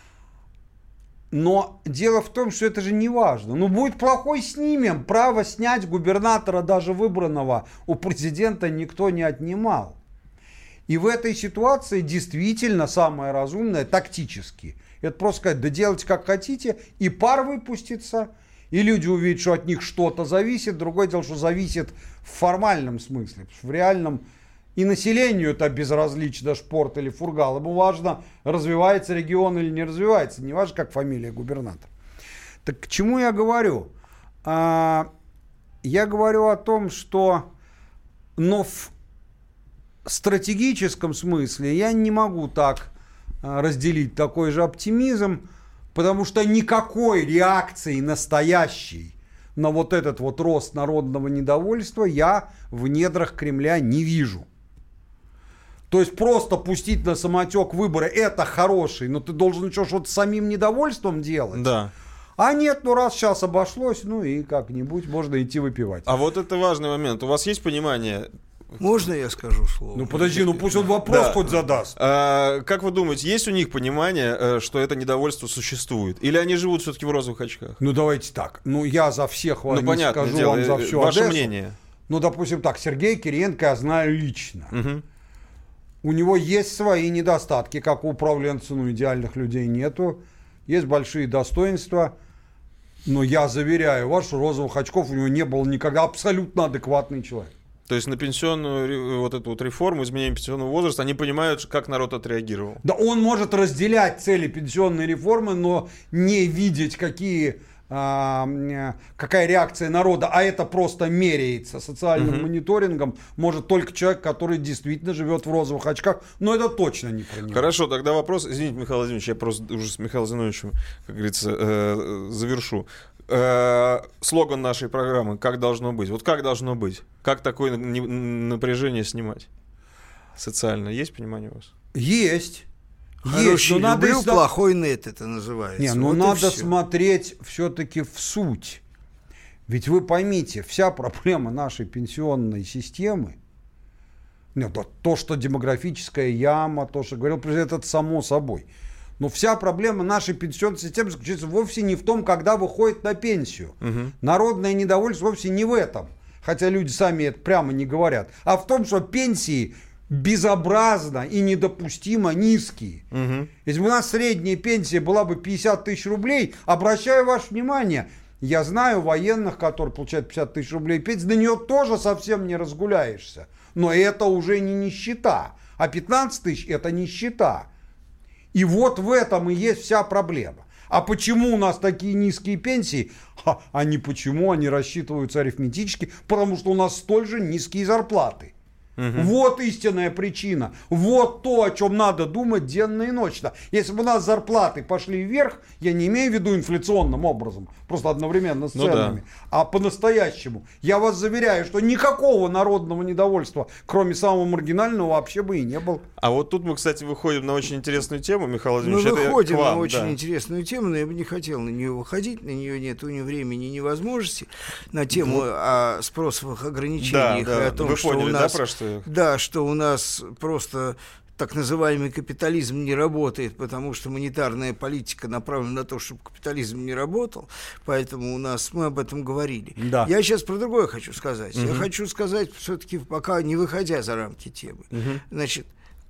Но дело в том, что это же не важно. Ну, будет плохой, снимем. Право снять губернатора, даже выбранного, у президента никто не отнимал. И в этой ситуации действительно самое разумное тактически. Это просто сказать, да делайте как хотите, и пар выпустится, и люди увидят, что от них что-то зависит. Другое дело, что зависит в формальном смысле. В реальном и населению это безразлично, Шпорт или Фургал. Ему важно, развивается регион или не развивается. Не важно, как фамилия губернатора. Так к чему я говорю? Я говорю о том, что в стратегическом смысле я не могу так разделить такой же оптимизм, потому что никакой реакции настоящей на вот этот вот рост народного недовольства я в недрах Кремля не вижу. То есть просто пустить на самотек выборы — это хороший, но ты должен еще что-то самим недовольством делать. Да. А нет, ну раз сейчас обошлось, ну и как-нибудь можно идти выпивать. А вот это важный момент. У вас есть понимание... Можно я скажу слово? Ну подожди, ну пусть он вопрос хоть задаст. Как вы думаете, есть у них понимание, что это недовольство существует? Или они живут все-таки в розовых очках? Ну давайте так. Ну я за всех вас не скажу дело, вам за всю ваше Одессу. мнение. Ну допустим так, Сергей Кириенко я знаю лично. Угу. У него есть свои недостатки, как у управленца, ну идеальных людей нету. Есть большие достоинства. Но я заверяю вас, что розовых очков у него не было никогда. Абсолютно адекватный человек. То есть на пенсионную вот эту вот реформу, изменение пенсионного возраста, они понимают, как народ отреагировал. Да он может разделять цели пенсионной реформы, но не видеть, какая реакция народа, а это просто меряется социальным мониторингом, может только человек, который действительно живет в розовых очках, но это точно не про него. Хорошо, тогда вопрос, извините, Михаил Владимирович, я просто уже с Михаилом Зиновьевичем, как говорится, завершу. Слоган нашей программы «Как должно быть». Вот как должно быть? Как такое напряжение снимать? Социально есть понимание у вас? Есть. Хороший, но надо люблю, плохой нет, это называется. Не, ну вот надо смотреть все-таки в суть. Ведь вы поймите, вся проблема нашей пенсионной системы, то, что демографическая яма, то, что говорил президент, это само собой. Но вся проблема нашей пенсионной системы заключается вовсе не в том, когда выходит на пенсию. Народное недовольство вовсе не в этом. Хотя люди сами это прямо не говорят. А в том, что пенсии безобразно и недопустимо низкие. Если бы у нас средняя пенсия была бы 50 тысяч рублей, обращаю ваше внимание, я знаю военных, которые получают 50 тысяч рублей пенсии, на нее тоже совсем не разгуляешься. Но это уже не нищета. А 15 тысяч – это нищета. И вот в этом и есть вся проблема. А почему у нас такие низкие пенсии? А не почему, они рассчитываются арифметически, потому что у нас столь же низкие зарплаты. Вот истинная причина. Вот то, о чем надо думать денно и ночно. Если бы у нас зарплаты пошли вверх, я не имею в виду инфляционным образом, просто одновременно с ценами, а по-настоящему, я вас заверяю, что никакого народного недовольства, кроме самого маргинального, вообще бы и не было. А вот тут мы, кстати, выходим на очень интересную тему, Михаил Владимирович. Мы выходим на очень интересную тему, но я бы не хотел на нее выходить, на нее нет ни времени, ни возможности, на тему о спросовых ограничениях и о том, что у нас... Да, что у нас просто так называемый капитализм не работает, потому что монетарная политика направлена на то, чтобы капитализм не работал, поэтому у нас, мы об этом говорили. Да. Я сейчас про другое хочу сказать. Я хочу сказать, все-таки пока не выходя за рамки темы. Значит,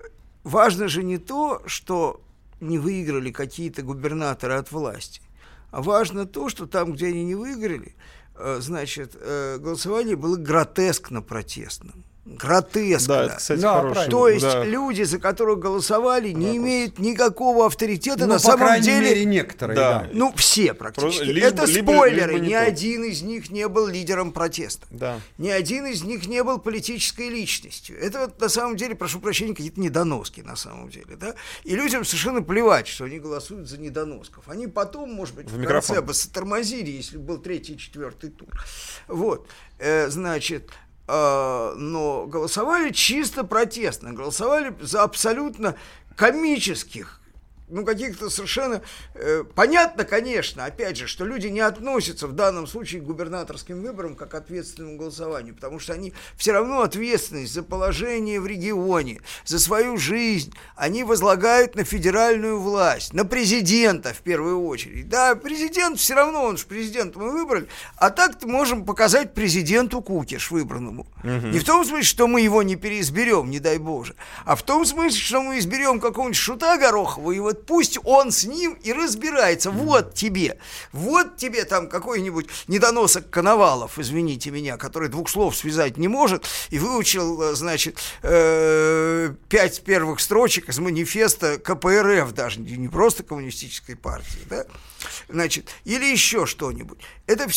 важно же не то, что не выиграли какие-то губернаторы от власти, а важно то, что там, где они не выиграли, значит, голосование было гротескно протестным. Гротескно. Да, это, кстати, хороший. То есть люди, за которых голосовали, не имеют никакого авторитета на самом по крайней деле. Мере, некоторые, да. Ну, все практически. Это спойлеры. Ни один из них не был лидером протеста. Да. Ни один из них не был политической личностью. Это вот, на самом деле, прошу прощения, какие-то недоноски на самом деле. Да? И людям совершенно плевать, что они голосуют за недоносков. Они потом, может быть, в конце бы затормозили, если бы был 3-й и 4-й тур. Вот. Значит... но голосовали чисто протестно, голосовали за абсолютно комических, каких-то совершенно... понятно, конечно, опять же, что люди не относятся в данном случае к губернаторским выборам как к ответственному голосованию, потому что они все равно ответственность за положение в регионе, за свою жизнь, они возлагают на федеральную власть, на президента в первую очередь. Да, президент все равно, он же президента мы выбрали, а так-то можем показать президенту кукиш выбранному. Не в том смысле, что мы его не переизберем, не дай Боже, а в том смысле, что мы изберем какого-нибудь шута Горохова, и вот пусть он с ним и разбирается. Вот тебе там какой-нибудь недоносок Коновалов, извините меня, который 2 слов связать не может, и выучил, значит, 5 первых строчек из манифеста КПРФ, даже не просто коммунистической партии, да? Значит, или еще что-нибудь. Это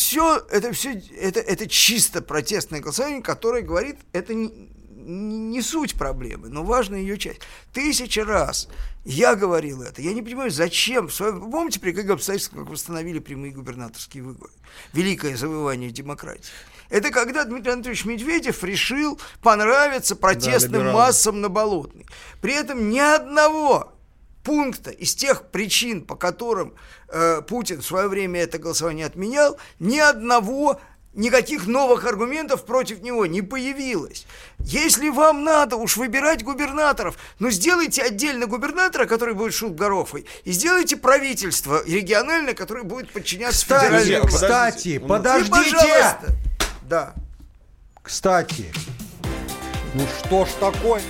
чисто протестное голосование, которое говорит, это не суть проблемы, но важная ее часть. 1000 раз я говорил это. Я не понимаю, зачем. Помните, при каких обстоятельствах восстановили прямые губернаторские выборы? Великое завоевание демократии. Это когда Дмитрий Анатольевич Медведев решил понравиться протестным массам на Болотной. При этом ни одного пункта из тех причин, по которым Путин в свое время это голосование отменял, никаких новых аргументов против него не появилось. Если вам надо уж выбирать губернаторов, сделайте отдельно губернатора, который будет Шульц-Гороховой, и сделайте правительство региональное, которое будет подчиняться федеральному. Кстати, подождите! Пожалуйста. Да. Кстати, что ж такое?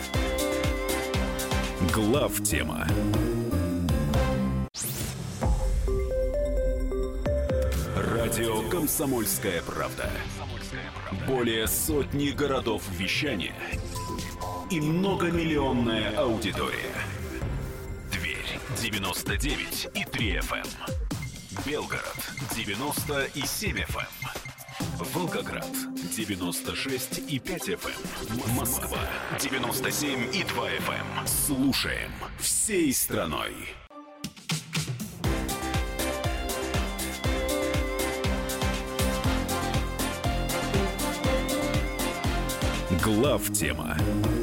Главтема. Радио «Комсомольская правда». Более сотни городов вещания и многомиллионная аудитория. Тверь 99,3 FM. Белгород 90,7 FM. Волгоград 96,5 FM. Москва 97,2 FM. Слушаем всей страной. Главтема.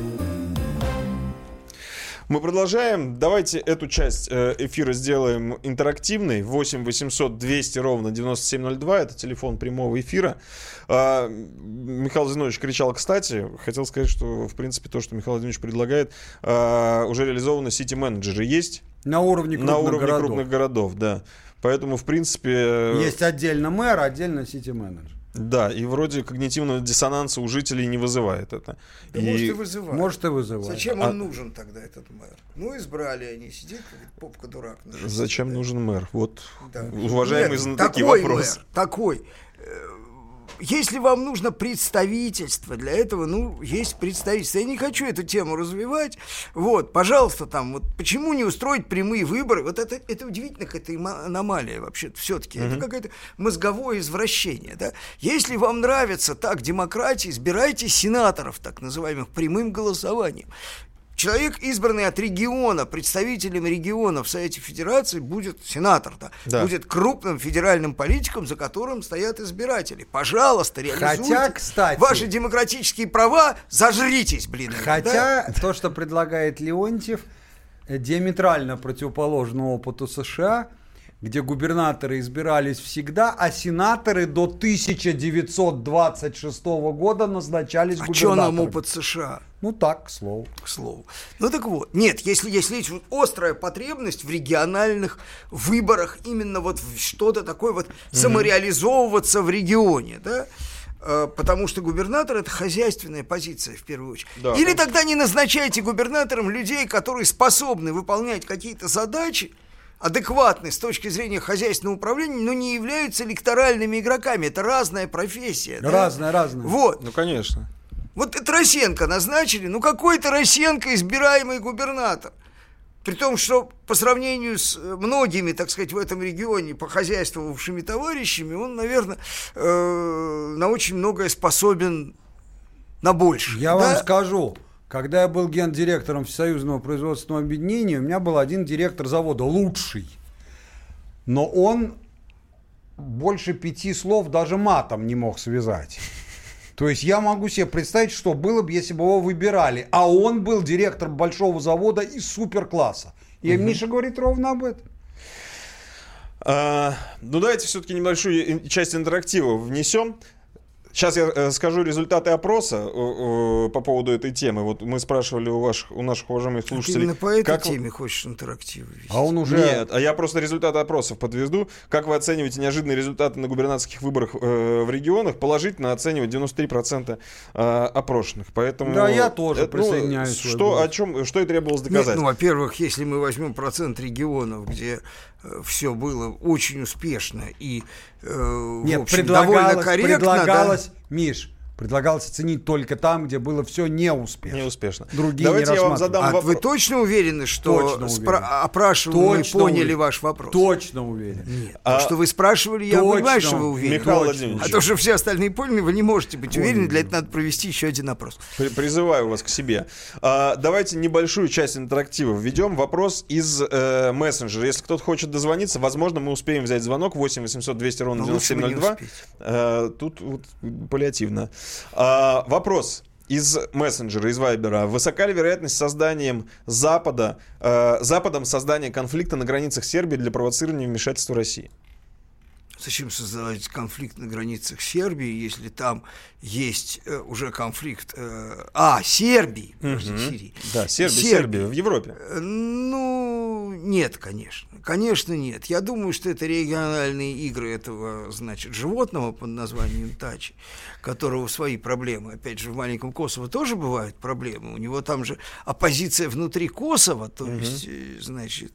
Мы продолжаем. Давайте эту часть эфира сделаем интерактивной. 8 800 200 ровно 9702. Это телефон прямого эфира. Михаил Зиновьевич кричал, кстати. Хотел сказать, что, в принципе, то, что Михаил Зиновьевич предлагает, уже реализовано сити-менеджеры есть. На уровне крупных городов, да. Поэтому, в принципе... Есть отдельно мэр, отдельно сити-менеджер. Да, и вроде когнитивного диссонанса у жителей не вызывает это. Да, может и вызывает. Может и вызывает. Зачем он нужен тогда, этот мэр? Избрали они, сидит, как попка-дурак. Зачем нужен мэр? Вот, да. Уважаемые знатоки, вопрос. Мэр, такой. Если вам нужно представительство, для этого, есть представительство. Я не хочу эту тему развивать. Пожалуйста, почему не устроить прямые выборы? Это удивительно, какая-то аномалия вообще все-таки. Это какое-то мозговое извращение, да? Если вам нравится так демократия, избирайте сенаторов, так называемых, прямым голосованием. Человек, избранный от региона, представителем региона в Совете Федерации, будет сенатор, будет крупным федеральным политиком, за которым стоят избиратели. Пожалуйста, реализуйте ваши демократические права, зажритесь, то, что предлагает Леонтьев, диаметрально противоположно опыту США, где губернаторы избирались всегда, а сенаторы до 1926 года назначались губернаторами. А что нам опыт США? Так, к слову. Так вот, нет, если есть острая потребность в региональных выборах, именно что-то такое самореализовываться в регионе, да? Потому что губернатор — это хозяйственная позиция в первую очередь. Да. Или тогда не назначайте губернатором людей, которые способны выполнять какие-то задачи, адекватны с точки зрения хозяйственного управления, но не являются электоральными игроками. Это разная профессия. Разная. Конечно. Тарасенко назначили, какой Тарасенко избираемый губернатор. При том, что по сравнению с многими, так сказать, в этом регионе похозяйствовавшими товарищами, он, наверное, на очень многое способен, на больше. Я вам скажу, когда я был гендиректором Всесоюзного производственного объединения, у меня был один директор завода, лучший. Но он больше 5 слов даже матом не мог связать. То есть я могу себе представить, что было бы, если бы его выбирали. А он был директор большого завода из суперкласса. И Миша говорит ровно об этом. Давайте все-таки небольшую часть интерактива внесем. Сейчас я скажу результаты опроса по поводу этой темы. Мы спрашивали у наших уважаемых слушателей. Именно по этой теме хочешь интерактивы вести? А он уже... Нет, я просто результаты опросов подведу. Как вы оцениваете неожиданные результаты на губернаторских выборах в регионах? Положительно оценивают 93% опрошенных. Поэтому... Да, я тоже присоединяюсь. Что и требовалось доказать? Нет, во-первых, если мы возьмем процент регионов, где все было очень успешно и Нет, в общем, довольно корректно. Предлагалось, Миш, Предлагалось оценить только там, где было все неуспешно. Другие Давайте не я вам задам вопрос. Вы точно уверены, что опрашиваемые поняли ваш вопрос? Точно уверен. Нет. То, что вы спрашивали, я понимаю, что вы уверены. Михаил Владимирович. А то, что все остальные поняли, вы не можете быть уверены. Для этого надо провести еще один опрос. Призываю вас к себе. Давайте небольшую часть интерактива введем. Вопрос из мессенджера. Если кто-то хочет дозвониться, возможно, мы успеем взять звонок. 8 800 200 ровно 9702. Тут вот паллиативно. Вопрос из мессенджера, из Вайбера. Высока ли вероятность созданием Западом создания конфликта на границах Сербии для провоцирования вмешательства России? Зачем создавать конфликт на границах Сербии, если там есть уже конфликт... Сербии, Сирии. Да, Сербия в Европе. Ну, нет, конечно. Конечно, нет. Я думаю, что это региональные игры этого, значит, животного под названием Тачи, которого свои проблемы. Опять же, в маленьком Косово тоже бывают проблемы. У него там же оппозиция внутри Косово, то есть, значит...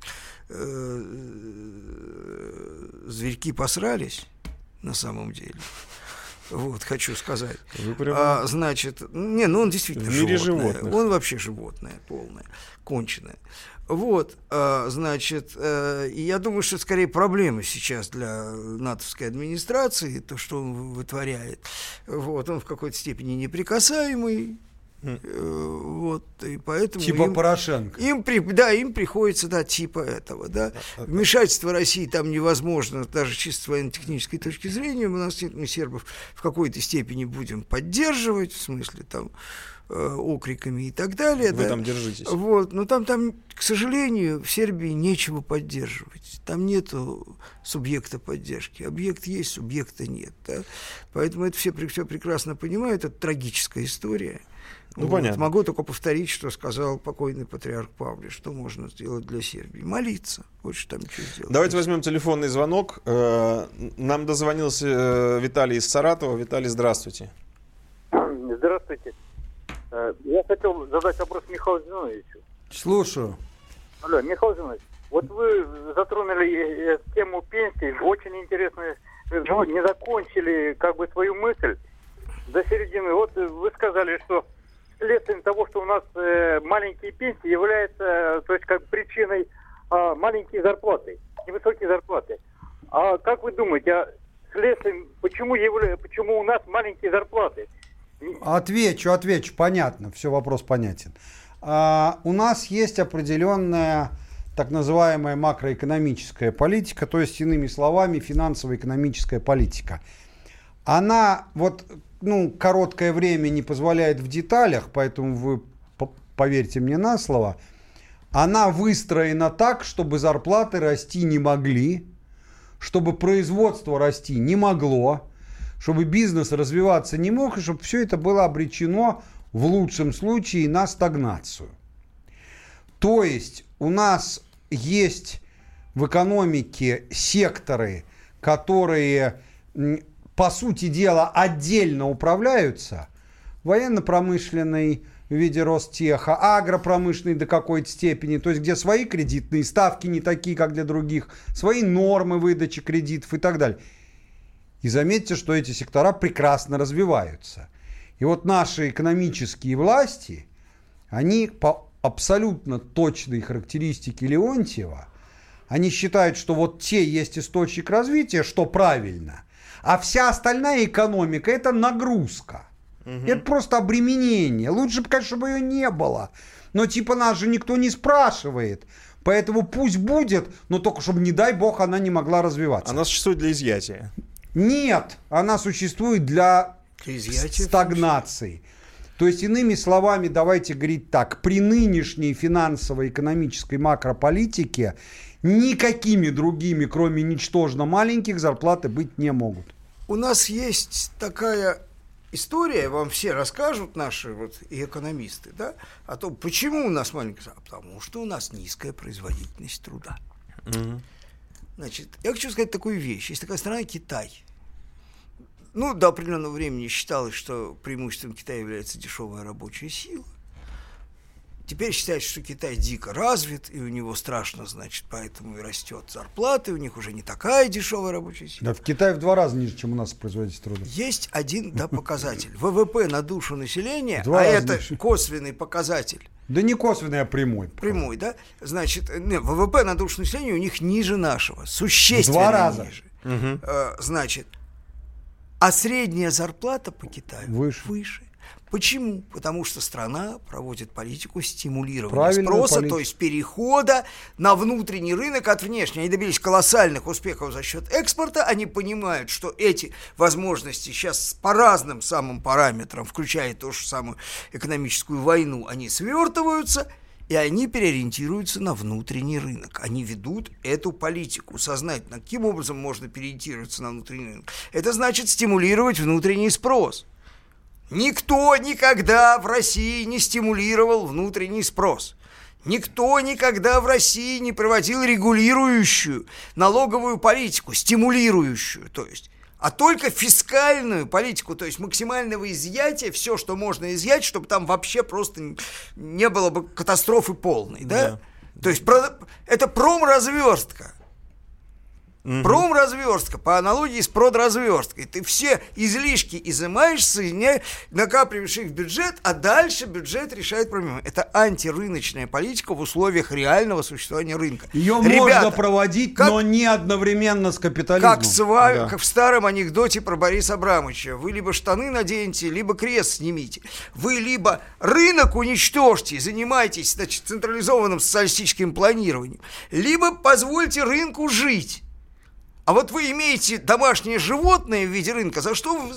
зверьки посрались на самом деле. Вот, хочу сказать. Значит, он действительно животное. Он вообще животное полное, конченое. Вот, значит, и я думаю, что это скорее проблема сейчас для натовской администрации, то, что он вытворяет. Вот, он в какой-то степени неприкасаемый. Вот, и поэтому типа Порошенко. Им приходится, типа этого, Вмешательство России там невозможно, даже чисто с военно-технической точки зрения. Мы сербов в какой-то степени будем поддерживать, в смысле там окриками и так далее. Вы там держитесь. Вот, но там, к сожалению, в Сербии нечего поддерживать. Там нету субъекта поддержки. Объект есть, субъекта нет. Да? Поэтому это все прекрасно понимают. Это трагическая история. Понятно. Могу только повторить, что сказал покойный патриарх Павле, что можно сделать для Сербии. Молиться. Больше там ничего сделать. Давайте возьмем телефонный звонок. Нам дозвонился Виталий из Саратова. Виталий, здравствуйте. Здравствуйте. Я хотел задать вопрос Михаилу Зиновичу. Слушаю. Алло, Михаил Зинович, вот вы затронули тему пенсии. Очень интересно, не закончили свою мысль до середины. Вот вы сказали, что следствием того, что у нас маленькие пенсии, является, то есть причиной маленькие зарплаты, невысокие зарплаты. А как вы думаете, следствием почему у нас маленькие зарплаты? Отвечу, понятно, все, вопрос понятен. У нас есть определенная так называемая макроэкономическая политика, то есть, иными словами, финансово-экономическая политика. Она короткое время не позволяет в деталях, поэтому вы поверьте мне на слово, она выстроена так, чтобы зарплаты расти не могли, чтобы производство расти не могло, чтобы бизнес развиваться не мог, и чтобы все это было обречено в лучшем случае на стагнацию. То есть у нас есть в экономике секторы, которые, по сути дела, отдельно управляются. Военно-промышленный в виде Ростеха, агропромышленный до какой-то степени, то есть где свои кредитные ставки не такие, как для других, свои нормы выдачи кредитов и так далее. И заметьте, что эти сектора прекрасно развиваются. И вот наши экономические власти, они по абсолютно точной характеристике Леонтьева, они считают, что вот те есть источник развития, что правильно, а вся остальная экономика – это нагрузка. Это просто обременение. Лучше бы, конечно, чтобы ее не было. Но нас же никто не спрашивает. Поэтому пусть будет, но только чтобы, не дай бог, она не могла развиваться. Она существует для изъятия. Нет, она существует для стагнации. То есть, иными словами, давайте говорить так, при нынешней финансово-экономической макрополитике никакими другими, кроме ничтожно маленьких, зарплаты быть не могут. У нас есть такая история, вам все расскажут, наши и экономисты, о том, почему у нас маленькая зарплата. Потому что у нас низкая производительность труда. Значит, я хочу сказать такую вещь. Есть такая страна Китай. До определенного времени считалось, что преимуществом Китая является дешевая рабочая сила. Теперь считается, что Китай дико развит, и у него страшно, значит, поэтому и растет зарплата, и у них уже не такая дешевая рабочая сила. Да, в Китае в 2 раза ниже, чем у нас производительность труда. Есть один показатель. ВВП на душу населения, это косвенный показатель. Да не косвенный, а прямой. Прямой, да? Значит, ВВП на душу населения у них ниже нашего, существенно 2 раза. ниже. Значит, а средняя зарплата по Китаю выше. Почему? Потому что страна проводит политику стимулирования спроса, то есть перехода на внутренний рынок от внешнего. Они добились колоссальных успехов за счет экспорта. Они понимают, что эти возможности сейчас по разным самым параметрам, включая ту же самую экономическую войну, они свертываются, и они переориентируются на внутренний рынок. Они ведут эту политику сознательно. Каким образом можно переориентироваться на внутренний рынок? Это значит стимулировать внутренний спрос. Никто никогда в России не стимулировал внутренний спрос. Никто никогда в России не проводил регулирующую налоговую политику, стимулирующую, то есть, а только фискальную политику, то есть максимального изъятия, все, что можно изъять, чтобы там вообще просто не было бы катастрофы полной, да? То есть это промразверстка. Промразверстка, по аналогии с продразверсткой. Ты все излишки изымаешь, накапливаешь их в бюджет, а дальше бюджет решает проблему. Это антирыночная политика в условиях реального существования рынка. Ее можно проводить, но не одновременно с капитализмом. Как в старом анекдоте про Бориса Абрамовича. Вы либо штаны наденете, либо крест снимите. Вы либо рынок уничтожьте, занимайтесь, значит, централизованным социалистическим планированием, либо позвольте рынку жить. А вот вы имеете домашнее животное в виде рынка, за что вы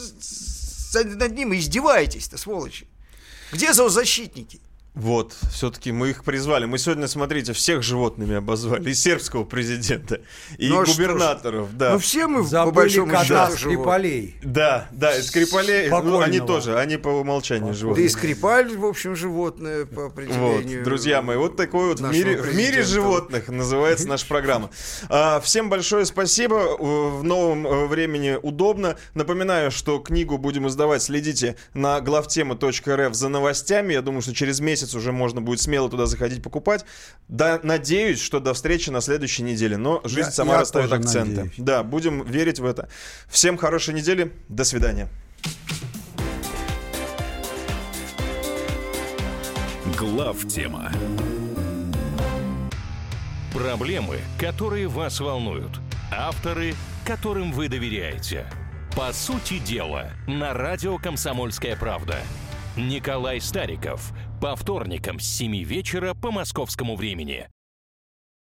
над ним издеваетесь-то, сволочи? Где зоозащитники? Вот, все-таки мы их призвали. Мы сегодня, смотрите, всех животными обозвали. И сербского президента, и губернаторов. Да. Ну все мы забыли, по большому счету Скрипалей. Да, и Скрипалей, они тоже, они по умолчанию животные. Да и Скрипаль, в общем, животное по определению. Вот, друзья мои, вот такой вот в мире животных называется наша программа. Всем большое спасибо. В новом времени удобно. Напоминаю, что книгу будем издавать. Следите на главтема.рф за новостями. Я думаю, что через месяц уже можно будет смело туда заходить покупать. Да, надеюсь, что до встречи на следующей неделе. Но жизнь сама расставит акценты. Надеюсь. Да, будем верить в это. Всем хорошей недели. До свидания. Главтема. Проблемы, которые вас волнуют. Авторы, которым вы доверяете. По сути дела, на радио «Комсомольская правда». Николай Стариков. По вторникам с 7 вечера по московскому времени.